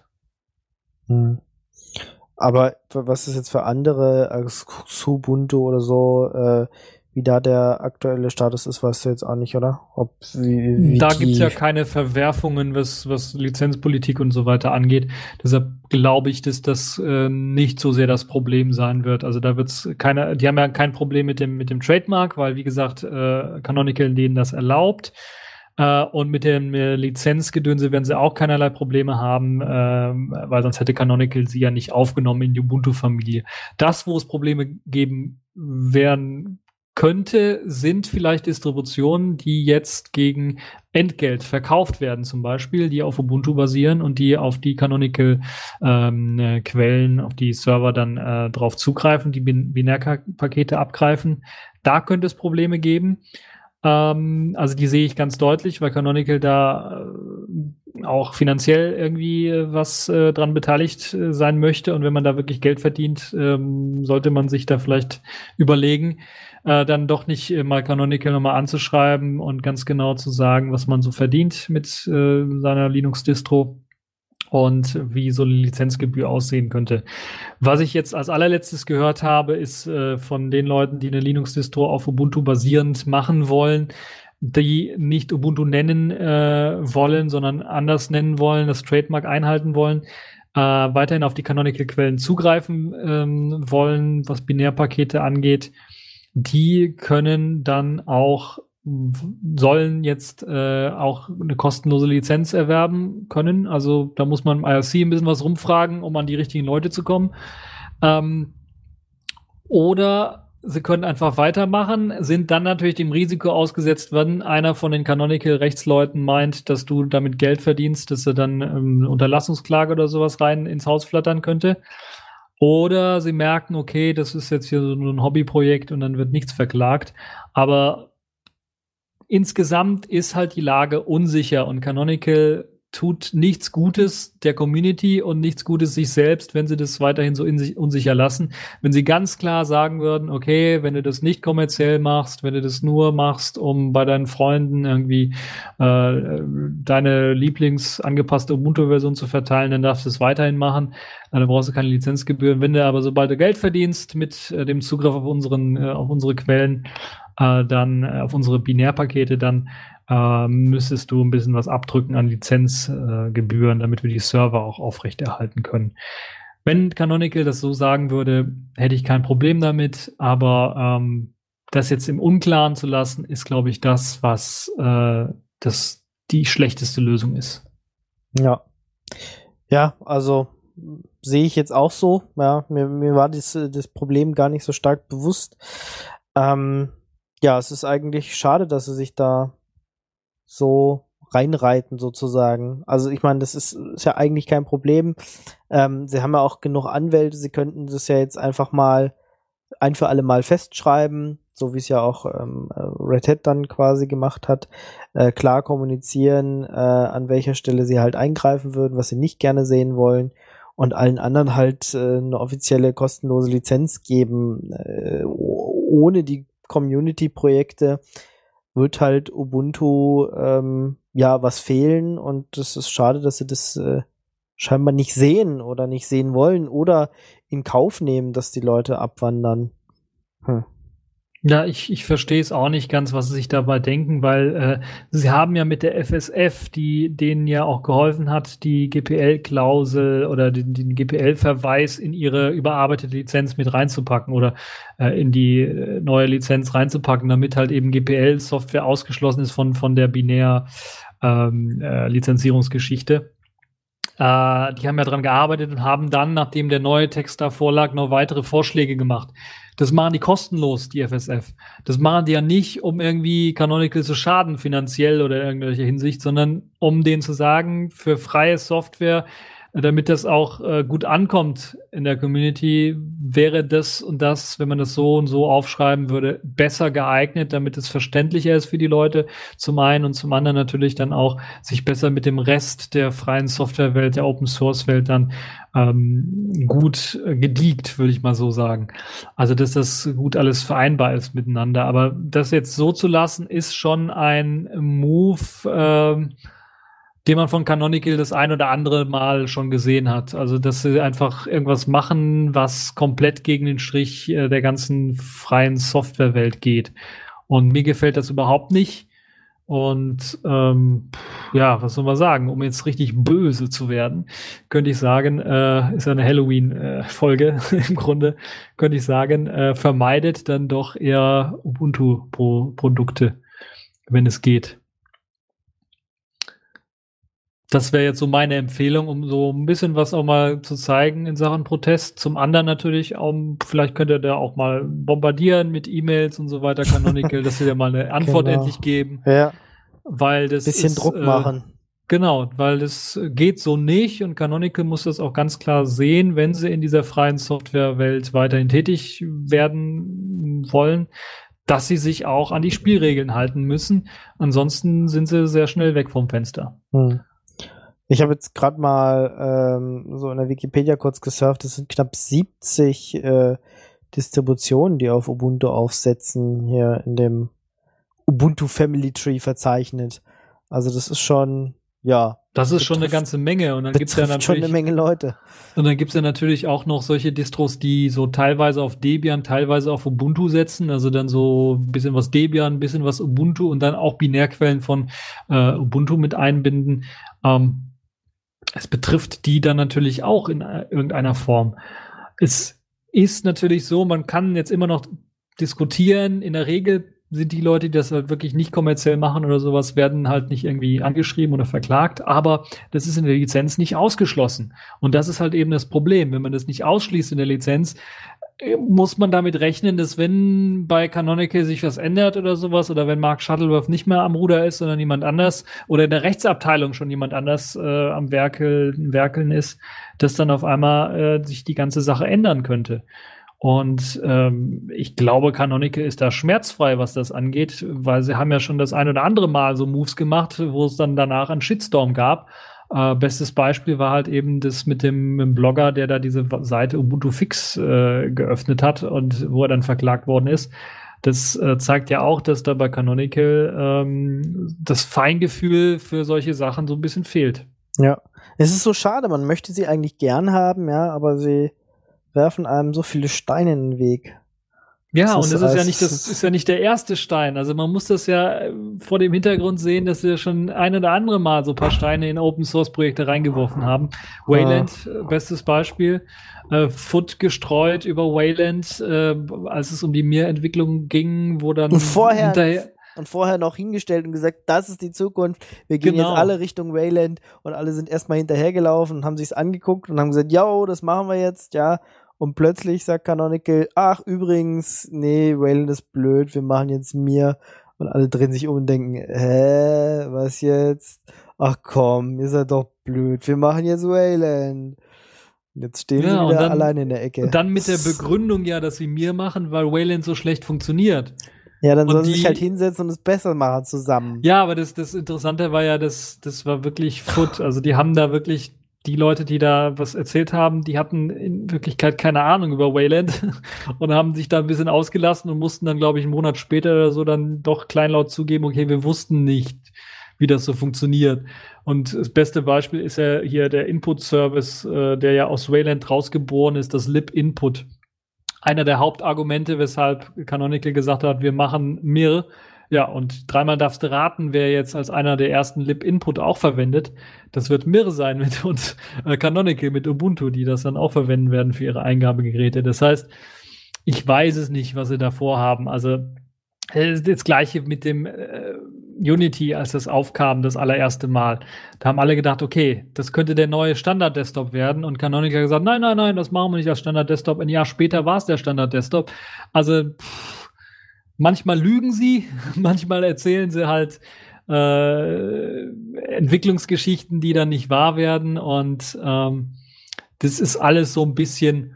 Aber was ist jetzt für andere, Ubuntu oder so, wie da der aktuelle Status ist, weißt du jetzt auch nicht, oder? Da gibt es ja keine Verwerfungen, was Lizenzpolitik und so weiter angeht. Deshalb glaube ich, dass das nicht so sehr das Problem sein wird. Also da wird's die haben ja kein Problem mit dem Trademark, weil wie gesagt, Canonical denen das erlaubt. Und mit dem Lizenzgedönse werden sie auch keinerlei Probleme haben, weil sonst hätte Canonical sie ja nicht aufgenommen in die Ubuntu-Familie. Das, wo es Probleme geben werden könnte, sind vielleicht Distributionen, die jetzt gegen Entgelt verkauft werden, zum Beispiel, die auf Ubuntu basieren und die auf die Canonical Quellen, auf die Server dann drauf zugreifen, die Binärpakete abgreifen. Da könnte es Probleme geben. Also die sehe ich ganz deutlich, weil Canonical da auch finanziell irgendwie was dran beteiligt sein möchte. Und wenn man da wirklich Geld verdient, sollte man sich da vielleicht überlegen, dann doch nicht mal Canonical nochmal anzuschreiben und ganz genau zu sagen, was man so verdient mit seiner Linux-Distro und wie so eine Lizenzgebühr aussehen könnte. Was ich jetzt als allerletztes gehört habe, ist von den Leuten, die eine Linux-Distro auf Ubuntu basierend machen wollen, die nicht Ubuntu nennen wollen, sondern anders nennen wollen, das Trademark einhalten wollen, weiterhin auf die Canonical-Quellen zugreifen wollen, was Binärpakete angeht. Die können dann auch sollen jetzt auch eine kostenlose Lizenz erwerben können. Also da muss man im IRC ein bisschen was rumfragen, um an die richtigen Leute zu kommen. Oder sie können einfach weitermachen, sind dann natürlich dem Risiko ausgesetzt, wenn einer von den Canonical-Rechtsleuten meint, dass du damit Geld verdienst, dass er dann Unterlassungsklage oder sowas rein ins Haus flattern könnte. Oder sie merken, okay, das ist jetzt hier so ein Hobbyprojekt und dann wird nichts verklagt. Aber insgesamt ist halt die Lage unsicher und Canonical tut nichts Gutes der Community und nichts Gutes sich selbst, wenn sie das weiterhin so unsicher lassen. Wenn sie ganz klar sagen würden, okay, wenn du das nicht kommerziell machst, wenn du das nur machst, um bei deinen Freunden irgendwie deine lieblingsangepasste Ubuntu-Version zu verteilen, dann darfst du es weiterhin machen. Dann brauchst du keine Lizenzgebühren. Wenn du aber sobald du Geld verdienst mit dem Zugriff auf unsere Quellen, dann auf unsere Binärpakete, dann müsstest du ein bisschen was abdrücken an Lizenzgebühren, damit wir die Server auch aufrechterhalten können. Wenn Canonical das so sagen würde, hätte ich kein Problem damit, aber das jetzt im Unklaren zu lassen, ist, glaube ich, das, was die schlechteste Lösung ist. Ja. Ja, also sehe ich jetzt auch so. Ja, mir war das Problem gar nicht so stark bewusst. Ja, es ist eigentlich schade, dass sie sich da so reinreiten sozusagen. Also ich meine, das ist ja eigentlich kein Problem. Sie haben ja auch genug Anwälte, sie könnten das ja jetzt einfach mal ein für alle Mal festschreiben, so wie es ja auch Red Hat dann quasi gemacht hat, klar kommunizieren, an welcher Stelle sie halt eingreifen würden, was sie nicht gerne sehen wollen und allen anderen halt eine offizielle kostenlose Lizenz geben. Ohne die Community-Projekte wird halt Ubuntu was fehlen und es ist schade, dass sie das scheinbar nicht sehen oder nicht sehen wollen oder in Kauf nehmen, dass die Leute abwandern. Ja, ich verstehe es auch nicht ganz, was sie sich dabei denken, weil sie haben ja mit der FSF, die denen ja auch geholfen hat, die GPL-Klausel oder den GPL-Verweis in ihre überarbeitete Lizenz mit reinzupacken oder in die neue Lizenz reinzupacken, damit halt eben GPL-Software ausgeschlossen ist von der Binär-Lizenzierungsgeschichte. Die haben ja dran gearbeitet und haben dann, nachdem der neue Text da vorlag, noch weitere Vorschläge gemacht. Das machen die kostenlos, die FSF. Das machen die ja nicht, um irgendwie Canonical zu schaden, finanziell oder in irgendwelcher Hinsicht, sondern um denen zu sagen, für freie Software damit das auch gut ankommt in der Community, wäre das und das, wenn man das so und so aufschreiben würde, besser geeignet, damit es verständlicher ist für die Leute, zum einen, und zum anderen natürlich dann auch sich besser mit dem Rest der freien Softwarewelt, der Open-Source-Welt dann gut gediegt, würde ich mal so sagen. Also, dass das gut alles vereinbar ist miteinander. Aber das jetzt so zu lassen, ist schon ein Move, den man von Canonical das ein oder andere Mal schon gesehen hat. Also, dass sie einfach irgendwas machen, was komplett gegen den Strich der ganzen freien Softwarewelt geht. Und mir gefällt das überhaupt nicht. Und ja, was soll man sagen? Um jetzt richtig böse zu werden, könnte ich sagen, ist ja eine Halloween-Folge im Grunde, könnte ich sagen, vermeidet dann doch eher Ubuntu-Produkte, wenn es geht. Das wäre jetzt so meine Empfehlung, um so ein bisschen was auch mal zu zeigen in Sachen Protest. Zum anderen natürlich auch, vielleicht könnt ihr da auch mal bombardieren mit E-Mails und so weiter, Canonical, dass sie dir mal eine Antwort endlich geben. Ja. Weil das bisschen ist, Druck machen. Genau, weil das geht so nicht und Canonical muss das auch ganz klar sehen, wenn sie in dieser freien Softwarewelt weiterhin tätig werden wollen, dass sie sich auch an die Spielregeln halten müssen. Ansonsten sind sie sehr schnell weg vom Fenster. Ich habe jetzt gerade mal so in der Wikipedia kurz gesurft, es sind knapp 70 Distributionen, die auf Ubuntu aufsetzen, hier in dem Ubuntu Family Tree verzeichnet. Also das ist schon, ja. Das ist schon eine ganze Menge. Und dann gibt's ja natürlich schon eine Menge Leute. Und dann gibt's ja natürlich auch noch solche Distros, die so teilweise auf Debian, teilweise auf Ubuntu setzen. Also dann so ein bisschen was Debian, ein bisschen was Ubuntu und dann auch Binärquellen von Ubuntu mit einbinden. Es betrifft die dann natürlich auch in irgendeiner Form. Es ist natürlich so, man kann jetzt immer noch diskutieren. In der Regel sind die Leute, die das halt wirklich nicht kommerziell machen oder sowas, werden halt nicht irgendwie angeschrieben oder verklagt. Aber das ist in der Lizenz nicht ausgeschlossen. Und das ist halt eben das Problem. Wenn man das nicht ausschließt in der Lizenz, muss man damit rechnen, dass wenn bei Canonical sich was ändert oder sowas, oder wenn Mark Shuttleworth nicht mehr am Ruder ist, sondern jemand anders, oder in der Rechtsabteilung schon jemand anders am Werkeln ist, dass dann auf einmal sich die ganze Sache ändern könnte. Und ich glaube, Canonical ist da schmerzfrei, was das angeht, weil sie haben ja schon das ein oder andere Mal so Moves gemacht, wo es dann danach einen Shitstorm gab. Bestes Beispiel war halt eben das mit dem Blogger, der da diese Seite Ubuntu Fix geöffnet hat und wo er dann verklagt worden ist. Das zeigt ja auch, dass da bei Canonical das Feingefühl für solche Sachen so ein bisschen fehlt. Ja, es ist so schade, man möchte sie eigentlich gern haben, ja, aber sie werfen einem so viele Steine in den Weg. Ja, und das ist ja nicht der erste Stein. Also man muss das ja vor dem Hintergrund sehen, dass wir schon ein oder andere Mal so ein paar Steine in Open-Source-Projekte reingeworfen haben. Wayland, bestes Beispiel. Foot gestreut über Wayland, als es um die Mir-Entwicklung ging, wo dann vorher noch hingestellt und gesagt, das ist die Zukunft, wir gehen jetzt alle Richtung Wayland, und alle sind erstmal hinterhergelaufen und haben sich's angeguckt und haben gesagt, ja, das machen wir jetzt, ja. Und plötzlich sagt Canonical, ach, übrigens, nee, Wayland ist blöd, wir machen jetzt Mir. Und alle drehen sich um und denken, was jetzt? Ach komm, ihr seid doch blöd, wir machen jetzt Wayland. Und jetzt stehen sie wieder alleine in der Ecke. Und dann mit der Begründung dass sie Mir machen, weil Wayland so schlecht funktioniert. Ja, dann sollen sie sich halt hinsetzen und es besser machen zusammen. Ja, aber das Interessante war ja, das war wirklich Foot. Also die haben da wirklich, die Leute, die da was erzählt haben, die hatten in Wirklichkeit keine Ahnung über Wayland und haben sich da ein bisschen ausgelassen und mussten dann, glaube ich, einen Monat später oder so dann doch kleinlaut zugeben, okay, wir wussten nicht, wie das so funktioniert. Und das beste Beispiel ist ja hier der Input-Service, der ja aus Wayland rausgeboren ist, das lib-input. Einer der Hauptargumente, weshalb Canonical gesagt hat, wir machen Mir. Ja, und dreimal darfst du raten, wer jetzt als einer der ersten lib-input auch verwendet. Das wird Mir sein mit uns, Canonical mit Ubuntu, die das dann auch verwenden werden für ihre Eingabegeräte. Das heißt, ich weiß es nicht, was sie da vorhaben. Also das Gleiche mit dem Unity, als das aufkam, das allererste Mal. Da haben alle gedacht, okay, das könnte der neue Standard-Desktop werden. Und Canonical hat gesagt, nein, das machen wir nicht als Standard-Desktop. Ein Jahr später war es der Standard-Desktop. Also manchmal lügen sie, manchmal erzählen sie halt Entwicklungsgeschichten, die dann nicht wahr werden und das ist alles so ein bisschen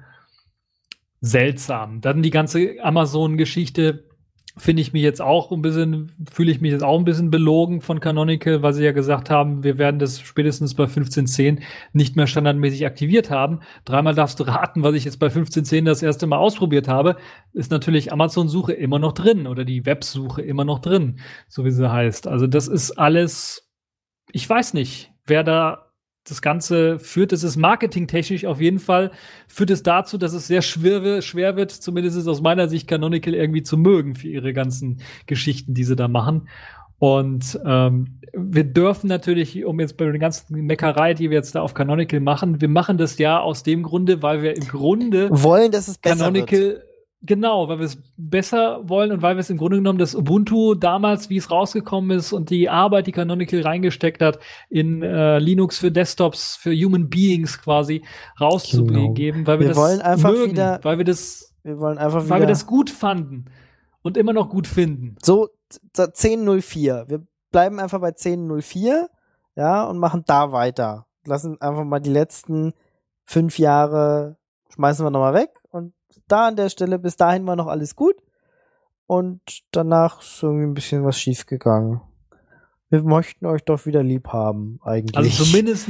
seltsam. Dann die ganze Amazon-Geschichte fühle ich mich jetzt auch ein bisschen belogen von Canonical, weil sie ja gesagt haben, wir werden das spätestens bei 15.10 nicht mehr standardmäßig aktiviert haben. Dreimal darfst du raten, was ich jetzt bei 15.10 das erste Mal ausprobiert habe, ist natürlich Amazon-Suche immer noch drin oder die Websuche immer noch drin, so wie sie heißt. Also das ist alles, ich weiß nicht, wer da das Ganze führt. Es ist marketingtechnisch auf jeden Fall, führt es dazu, dass es sehr schwer wird, zumindest ist aus meiner Sicht Canonical irgendwie zu mögen für ihre ganzen Geschichten, die sie da machen. Und wir dürfen natürlich, um jetzt bei der ganzen Meckerei, die wir jetzt da auf Canonical machen, wir machen das ja aus dem Grunde, weil wir im Grunde wollen, dass es besser Canonical wird. Genau, weil wir es besser wollen und weil wir es im Grunde genommen das Ubuntu damals, wie es rausgekommen ist und die Arbeit, die Canonical reingesteckt hat, in Linux für Desktops, für Human Beings quasi rauszugeben, weil wir das wollen einfach mögen, wieder, weil wir das gut fanden und immer noch gut finden. So 10.04. Wir bleiben einfach bei 10.04, ja, und machen da weiter. Lassen einfach mal die letzten 5 Jahre, schmeißen wir nochmal weg und da an der Stelle, bis dahin war noch alles gut und danach ist irgendwie ein bisschen was schief gegangen. Wir möchten euch doch wieder lieb haben, eigentlich. Also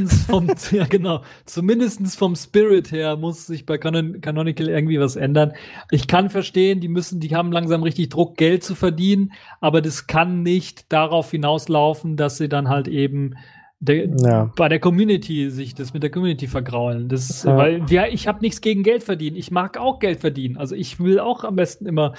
zumindestens vom Spirit her muss sich bei Canonical irgendwie was ändern. Ich kann verstehen, die haben langsam richtig Druck, Geld zu verdienen, aber das kann nicht darauf hinauslaufen, dass sie dann halt eben bei der Community sich das mit der Community vergraulen. Weil ich habe nichts gegen Geld verdienen. Ich mag auch Geld verdienen. Also ich will auch am besten immer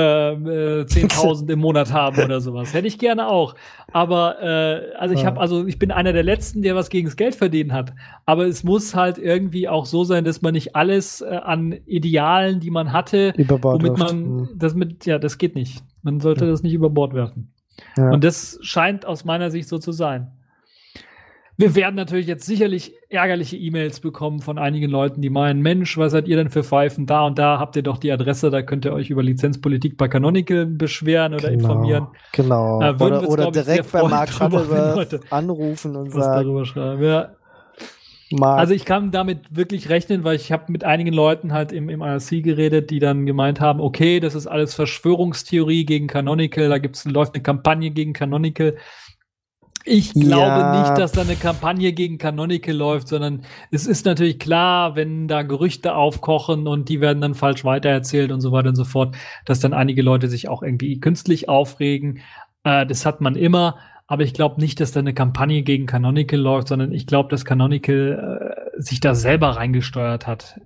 10.000 im Monat haben oder sowas. Hätte ich gerne auch. Aber ich bin einer der Letzten, der was gegen das Geld verdienen hat. Aber es muss halt irgendwie auch so sein, dass man nicht alles an Idealen, die man hatte, über Bord womit wirft. das geht nicht. Man sollte das nicht über Bord werfen. Ja. Und das scheint aus meiner Sicht so zu sein. Wir werden natürlich jetzt sicherlich ärgerliche E-Mails bekommen von einigen Leuten, die meinen, Mensch, was seid ihr denn für Pfeifen? Da und da habt ihr doch die Adresse, da könnt ihr euch über Lizenzpolitik bei Canonical beschweren oder informieren. Genau. Oder direkt bei Mark Shuttleworth anrufen und was sagen. Darüber schreiben. Ja. Also ich kann damit wirklich rechnen, weil ich habe mit einigen Leuten halt im IRC geredet, die dann gemeint haben, okay, das ist alles Verschwörungstheorie gegen Canonical, läuft eine Kampagne gegen Canonical. Ich glaube nicht, dass da eine Kampagne gegen Canonical läuft, sondern es ist natürlich klar, wenn da Gerüchte aufkochen und die werden dann falsch weitererzählt und so weiter und so fort, dass dann einige Leute sich auch irgendwie künstlich aufregen. Das hat man immer, aber ich glaube nicht, dass da eine Kampagne gegen Canonical läuft, sondern ich glaube, dass Canonical sich da selber reingesteuert hat.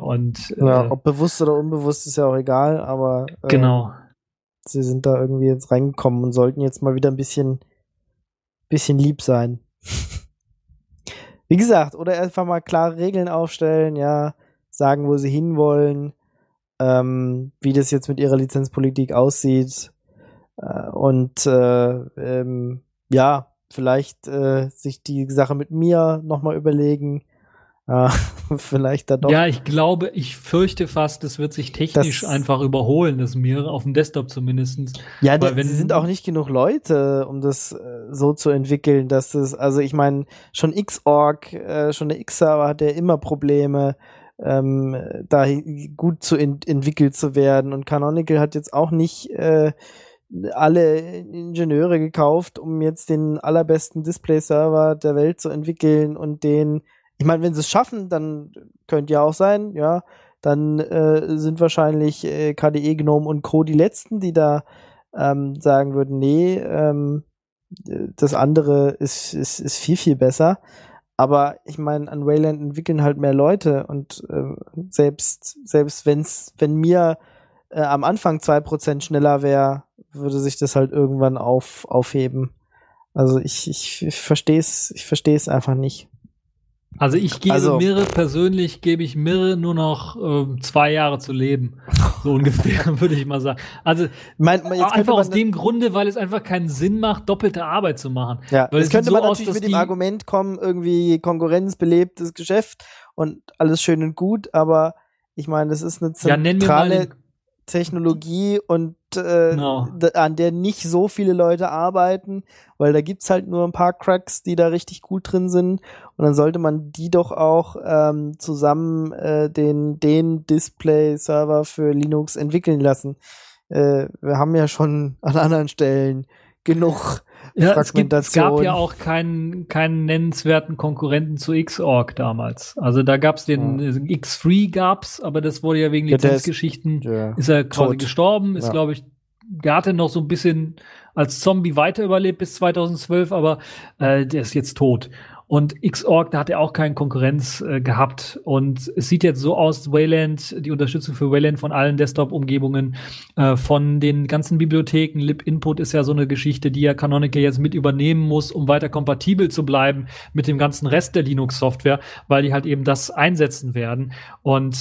Ob bewusst oder unbewusst ist ja auch egal, aber genau. Sie sind da irgendwie jetzt reingekommen und sollten jetzt mal wieder ein bisschen lieb sein. Wie gesagt, oder einfach mal klare Regeln aufstellen, ja, sagen, wo sie hinwollen, wie das jetzt mit ihrer Lizenzpolitik aussieht und vielleicht sich die Sache mit mir nochmal überlegen. Vielleicht dann doch. Ja, ich fürchte fast, es wird sich technisch einfach überholen, das Mir, auf dem Desktop zumindest. Ja, es sind auch nicht genug Leute, um das so zu entwickeln, dass es, also ich meine, schon Xorg, schon der X-Server hat ja immer Probleme, da gut entwickelt zu werden, und Canonical hat jetzt auch nicht alle Ingenieure gekauft, um jetzt den allerbesten Display-Server der Welt zu entwickeln und ich meine, wenn sie es schaffen, dann könnte ja auch sein, ja, dann sind wahrscheinlich KDE, GNOME und Co. die Letzten, die da sagen würden, nee, das andere ist viel, viel besser. Aber ich meine, an Wayland entwickeln halt mehr Leute, und selbst wenn mir am Anfang 2% schneller wäre, würde sich das halt irgendwann aufheben. Also ich verstehe es einfach nicht. Also ich gebe Mirre nur noch 2 Jahre zu leben. So ungefähr, würde ich mal sagen. Also einfach aus dem Grunde, weil es einfach keinen Sinn macht, doppelte Arbeit zu machen. Ja, jetzt könnte man natürlich mit dem Argument kommen, irgendwie Technologie und Genau. an der nicht so viele Leute arbeiten, weil da gibt's halt nur ein paar Cracks, die da richtig gut drin sind und dann sollte man die doch auch zusammen den Display-Server für Linux entwickeln lassen. Wir haben ja schon an anderen Stellen genug Ja, Fragmentation. es gab ja auch keinen nennenswerten Konkurrenten zu Xorg damals. Also da gab's den X3 gab's, aber das wurde ja wegen Ja, der Lizenzgeschichten, ja, ist er quasi tot. gestorben, ist Ja. glaube ich, der hatte noch so ein bisschen als Zombie weiter überlebt bis 2012, aber der ist jetzt tot. Und Xorg, da hat er auch keine Konkurrenz gehabt. Und es sieht jetzt so aus, Wayland, die Unterstützung für Wayland von allen Desktop-Umgebungen, von den ganzen Bibliotheken, libinput ist ja so eine Geschichte, die ja Canonical jetzt mit übernehmen muss, um weiter kompatibel zu bleiben mit dem ganzen Rest der Linux-Software, weil die halt eben das einsetzen werden. Und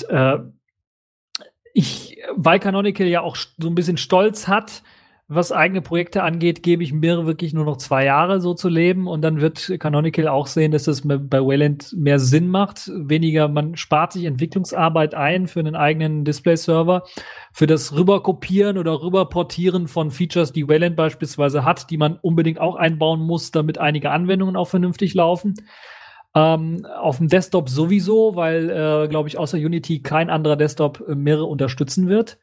weil Canonical ja auch so ein bisschen Stolz hat, was eigene Projekte angeht, gebe ich mir wirklich nur noch 2 Jahre so zu leben und dann wird Canonical auch sehen, dass es bei Wayland mehr Sinn macht. Weniger, man spart sich Entwicklungsarbeit ein für einen eigenen Display-Server, für das Rüberkopieren oder Rüberportieren von Features, die Wayland beispielsweise hat, die man unbedingt auch einbauen muss, damit einige Anwendungen auch vernünftig laufen. Auf dem Desktop sowieso, weil, glaube ich, außer Unity kein anderer Desktop mehrere unterstützen wird.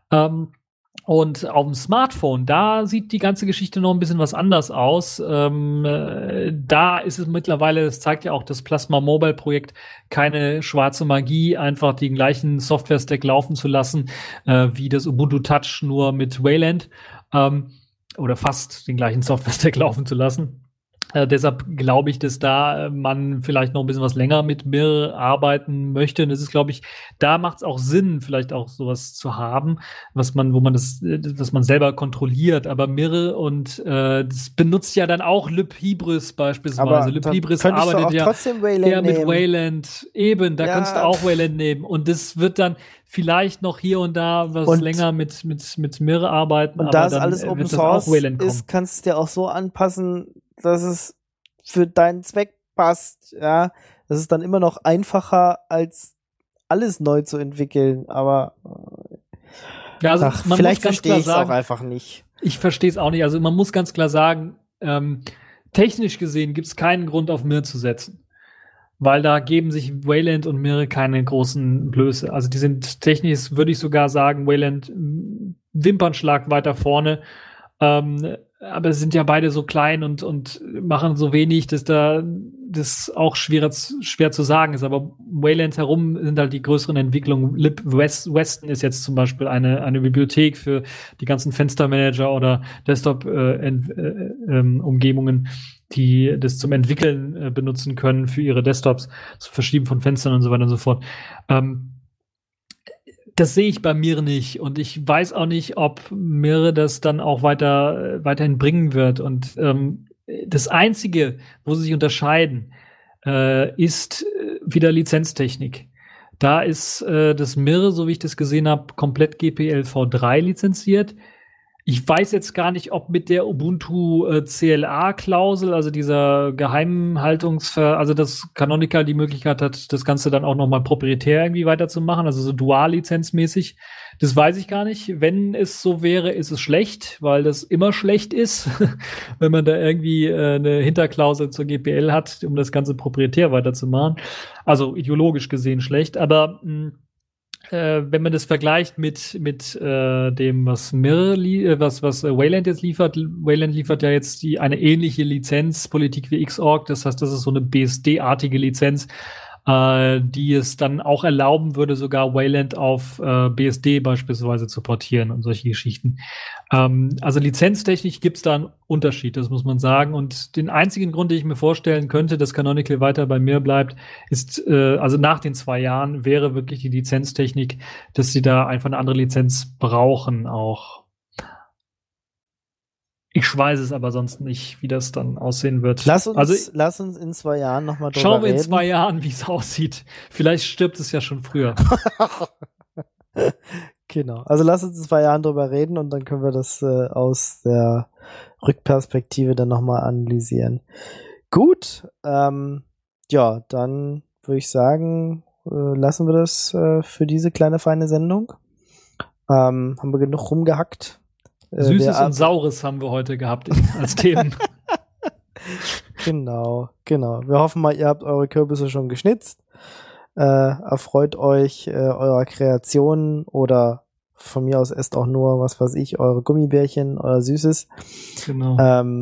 Und auf dem Smartphone, da sieht die ganze Geschichte noch ein bisschen was anders aus. Da ist es mittlerweile, das zeigt ja auch das Plasma Mobile Projekt, keine schwarze Magie, einfach den gleichen Software-Stack laufen zu lassen, wie das Ubuntu Touch, nur mit Wayland, oder fast den gleichen Software-Stack laufen zu lassen. Deshalb glaube ich, dass da man vielleicht noch ein bisschen was länger mit Mir arbeiten möchte. Und das ist, glaube ich, da macht es auch Sinn, vielleicht auch sowas zu haben, was man selber kontrolliert. Aber Mir und das benutzt ja dann auch libhybris beispielsweise. Aber libhybris dann könntest du arbeitet auch ja trotzdem Wayland eher mit nehmen. Wayland. Eben, da Ja. kannst du auch Wayland nehmen. Und das wird dann vielleicht noch hier und da was Und- länger mit Mir arbeiten. Und aber da es dann alles wird Open das Source auch Wayland kommen. ist, kannst du es dir auch so anpassen, dass es für deinen Zweck passt. Ja, das ist dann immer noch einfacher, als alles neu zu entwickeln. Aber Ja, also ach, man vielleicht muss ganz verstehe klar ich es auch sagen, einfach nicht. ich verstehe es auch nicht. Also man muss ganz klar sagen, technisch gesehen gibt es keinen Grund, auf Mir zu setzen. Weil da geben sich Wayland und Mir keine großen Blöße. Also die sind technisch, würde ich sogar sagen, Wayland Wimpernschlag weiter vorne. Aber sie sind ja beide so klein und machen so wenig, dass da das auch schwer zu sagen ist. Aber Wayland herum sind halt die größeren Entwicklungen. Weston ist jetzt zum Beispiel eine Bibliothek für die ganzen Fenstermanager oder Desktop-Umgebungen, die das zum Entwickeln benutzen können für ihre Desktops, zum Verschieben von Fenstern und so weiter und so fort. Das sehe ich bei Mir nicht und ich weiß auch nicht, ob Mir das dann auch weiterhin bringen wird. Und das Einzige, wo sie sich unterscheiden, ist wieder Lizenztechnik. Da ist das Mir, so wie ich das gesehen habe, komplett GPL-v3 lizenziert. Ich weiß jetzt gar nicht, ob mit der Ubuntu CLA-Klausel, also dieser also dass Canonical die Möglichkeit hat, das Ganze dann auch noch mal proprietär irgendwie weiterzumachen, also so dual-lizenzmäßig. Das weiß ich gar nicht. Wenn es so wäre, ist es schlecht, weil das immer schlecht ist, wenn man da irgendwie eine Hinterklausel zur GPL hat, um das Ganze proprietär weiterzumachen. Also ideologisch gesehen schlecht, aber wenn man das vergleicht mit dem, was was Wayland jetzt liefert. Wayland liefert ja jetzt eine ähnliche Lizenzpolitik wie Xorg. Das heißt, das ist so eine BSD-artige Lizenz, die es dann auch erlauben würde, sogar Wayland auf BSD beispielsweise zu portieren und solche Geschichten. Also lizenztechnisch gibt es da einen Unterschied, das muss man sagen. Und den einzigen Grund, den ich mir vorstellen könnte, dass Canonical weiter bei Mir bleibt, ist, also nach den 2 Jahren, wäre wirklich die Lizenztechnik, dass sie da einfach eine andere Lizenz brauchen auch. Ich weiß es aber sonst nicht, wie das dann aussehen wird. Lass uns in 2 Jahren nochmal drüber schauen wir reden. in 2 Jahren, wie es aussieht. Vielleicht stirbt es ja schon früher. Genau. Also lass uns in 2 Jahren drüber reden und dann können wir das aus der Rückperspektive dann nochmal analysieren. Gut. Ja, dann würde ich sagen, lassen wir das für diese kleine feine Sendung. Haben wir genug rumgehackt. Süßes und Saures haben wir heute gehabt als Themen. Genau. Wir hoffen mal, ihr habt eure Kürbisse schon geschnitzt. Erfreut euch eurer Kreationen oder von mir aus esst auch nur, was weiß ich, eure Gummibärchen, euer Süßes. Genau.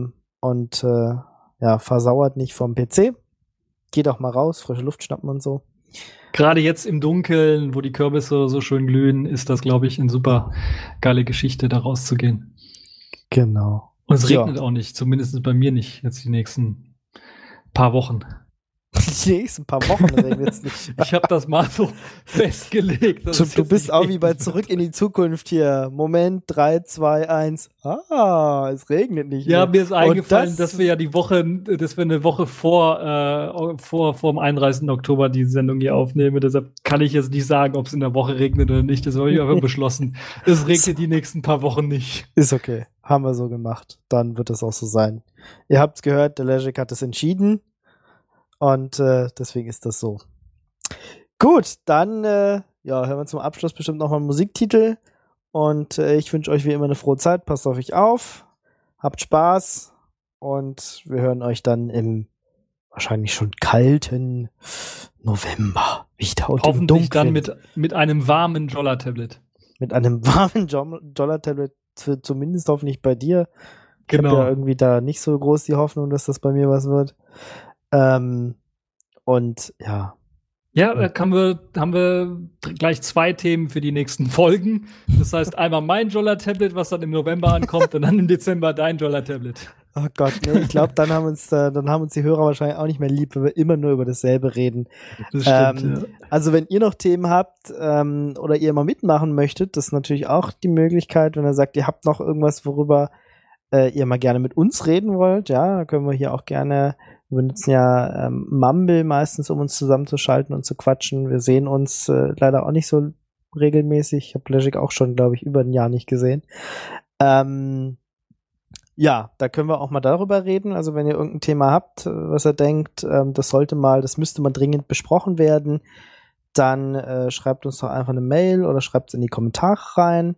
Versauert nicht vom PC. Geht auch mal raus, frische Luft schnappen und so. Gerade jetzt im Dunkeln, wo die Kürbisse so schön glühen, ist das, glaube ich, eine super geile Geschichte, da rauszugehen. Genau. Und es regnet auch nicht, zumindest bei mir nicht, jetzt die nächsten paar Wochen. Die nächsten paar Wochen regnet es nicht. Ich habe das mal so festgelegt. Du bist auch wie bei Zurück in die Zukunft hier. Moment, 3, 2, 1. Es regnet nicht. Ja, mehr. mir ist eingefallen, dass wir ja eine Woche vor dem 31. Oktober die Sendung hier aufnehmen. Deshalb kann ich jetzt nicht sagen, ob es in der Woche regnet oder nicht. Das habe ich einfach beschlossen. Es regnet die nächsten paar Wochen nicht. Ist okay. Haben wir so gemacht. Dann wird es auch so sein. Ihr habt's gehört, der Legic hat es entschieden. Und deswegen ist das so. Gut, dann hören wir zum Abschluss bestimmt nochmal einen Musiktitel. Und ich wünsche euch wie immer eine frohe Zeit. Passt auf euch auf. Habt Spaß. Und wir hören euch dann im wahrscheinlich schon kalten November wieder. Und hoffentlich dann mit einem warmen Jolla-Tablet. Mit einem warmen Jolla-Tablet, zumindest hoffentlich bei dir. Ich habe ja irgendwie da nicht so groß die Hoffnung, dass das bei mir was wird. Und ja. Ja, haben wir gleich 2 Themen für die nächsten Folgen. Das heißt, einmal mein Jolla-Tablet, was dann im November ankommt, und dann im Dezember dein Jolla-Tablet. Oh Gott, ne, ich glaube, dann haben uns die Hörer wahrscheinlich auch nicht mehr lieb, wenn wir immer nur über dasselbe reden. Das stimmt, ja. Also wenn ihr noch Themen habt oder ihr mal mitmachen möchtet, das ist natürlich auch die Möglichkeit, wenn ihr sagt, ihr habt noch irgendwas, worüber ihr mal gerne mit uns reden wollt, ja, da können wir hier auch gerne. Wir benutzen ja Mumble meistens, um uns zusammenzuschalten und zu quatschen. Wir sehen uns leider auch nicht so regelmäßig. Ich habe Legic auch schon, glaube ich, über ein Jahr nicht gesehen. Da können wir auch mal darüber reden. Also wenn ihr irgendein Thema habt, was ihr denkt, das müsste mal dringend besprochen werden, dann schreibt uns doch einfach eine Mail oder schreibt es in die Kommentare rein.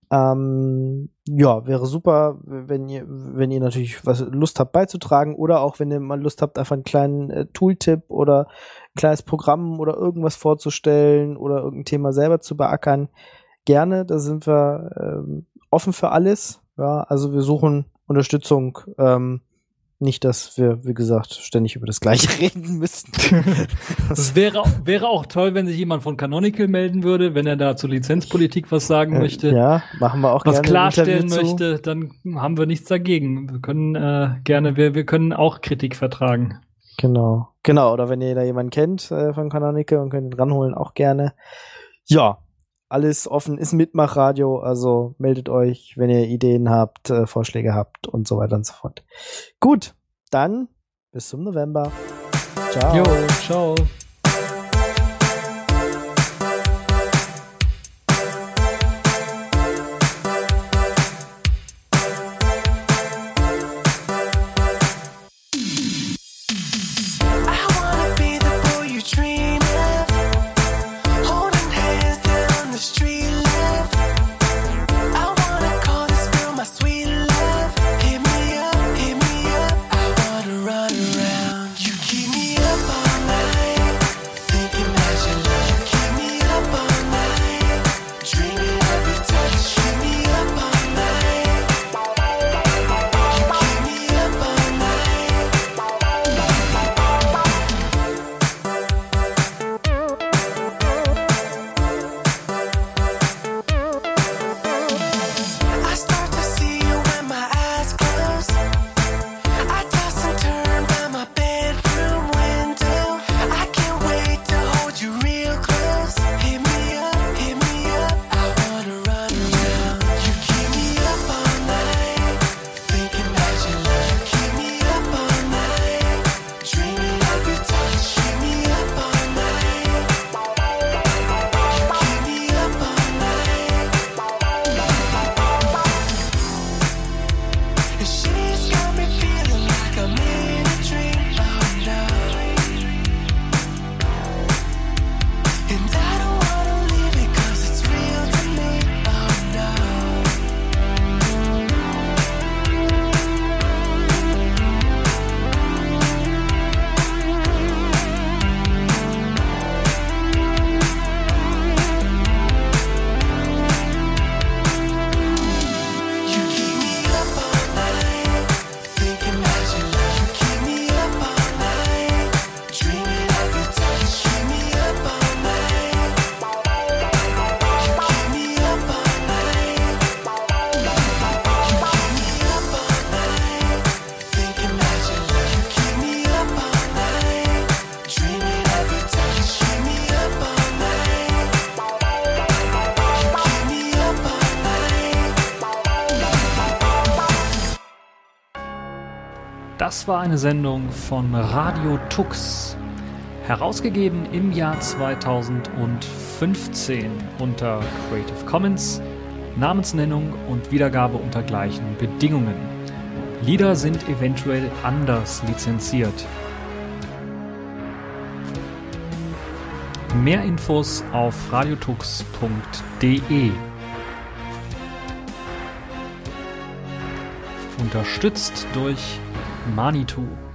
Wäre super, wenn ihr natürlich was Lust habt beizutragen oder auch wenn ihr mal Lust habt, einfach einen kleinen Tooltip oder ein kleines Programm oder irgendwas vorzustellen oder irgendein Thema selber zu beackern. Gerne, da sind wir offen für alles. Ja, also wir suchen Unterstützung. Nicht, dass wir, wie gesagt, ständig über das Gleiche reden müssten. Das wäre auch toll, wenn sich jemand von Gerne melden würde, wenn er da zur Lizenzpolitik was sagen möchte. Ja, machen wir auch was gerne. Was klarstellen möchte, dann haben wir nichts dagegen. Wir können wir können auch Kritik vertragen. Genau. Oder wenn ihr da jemanden kennt von Canonical und könnt ihn ranholen, auch gerne. Ja. Alles offen, ist Mitmachradio, also meldet euch, wenn ihr Ideen habt, Vorschläge habt und so weiter und so fort. Gut, dann bis zum November. Ciao. Jo, ciao. Run around, you keep me up all night. Das war eine Sendung von Radio Tux, herausgegeben im Jahr 2015 unter Creative Commons, Namensnennung und Wiedergabe unter gleichen Bedingungen. Lieder sind eventuell anders lizenziert. Mehr Infos auf radiotux.de. Unterstützt durch Manitou.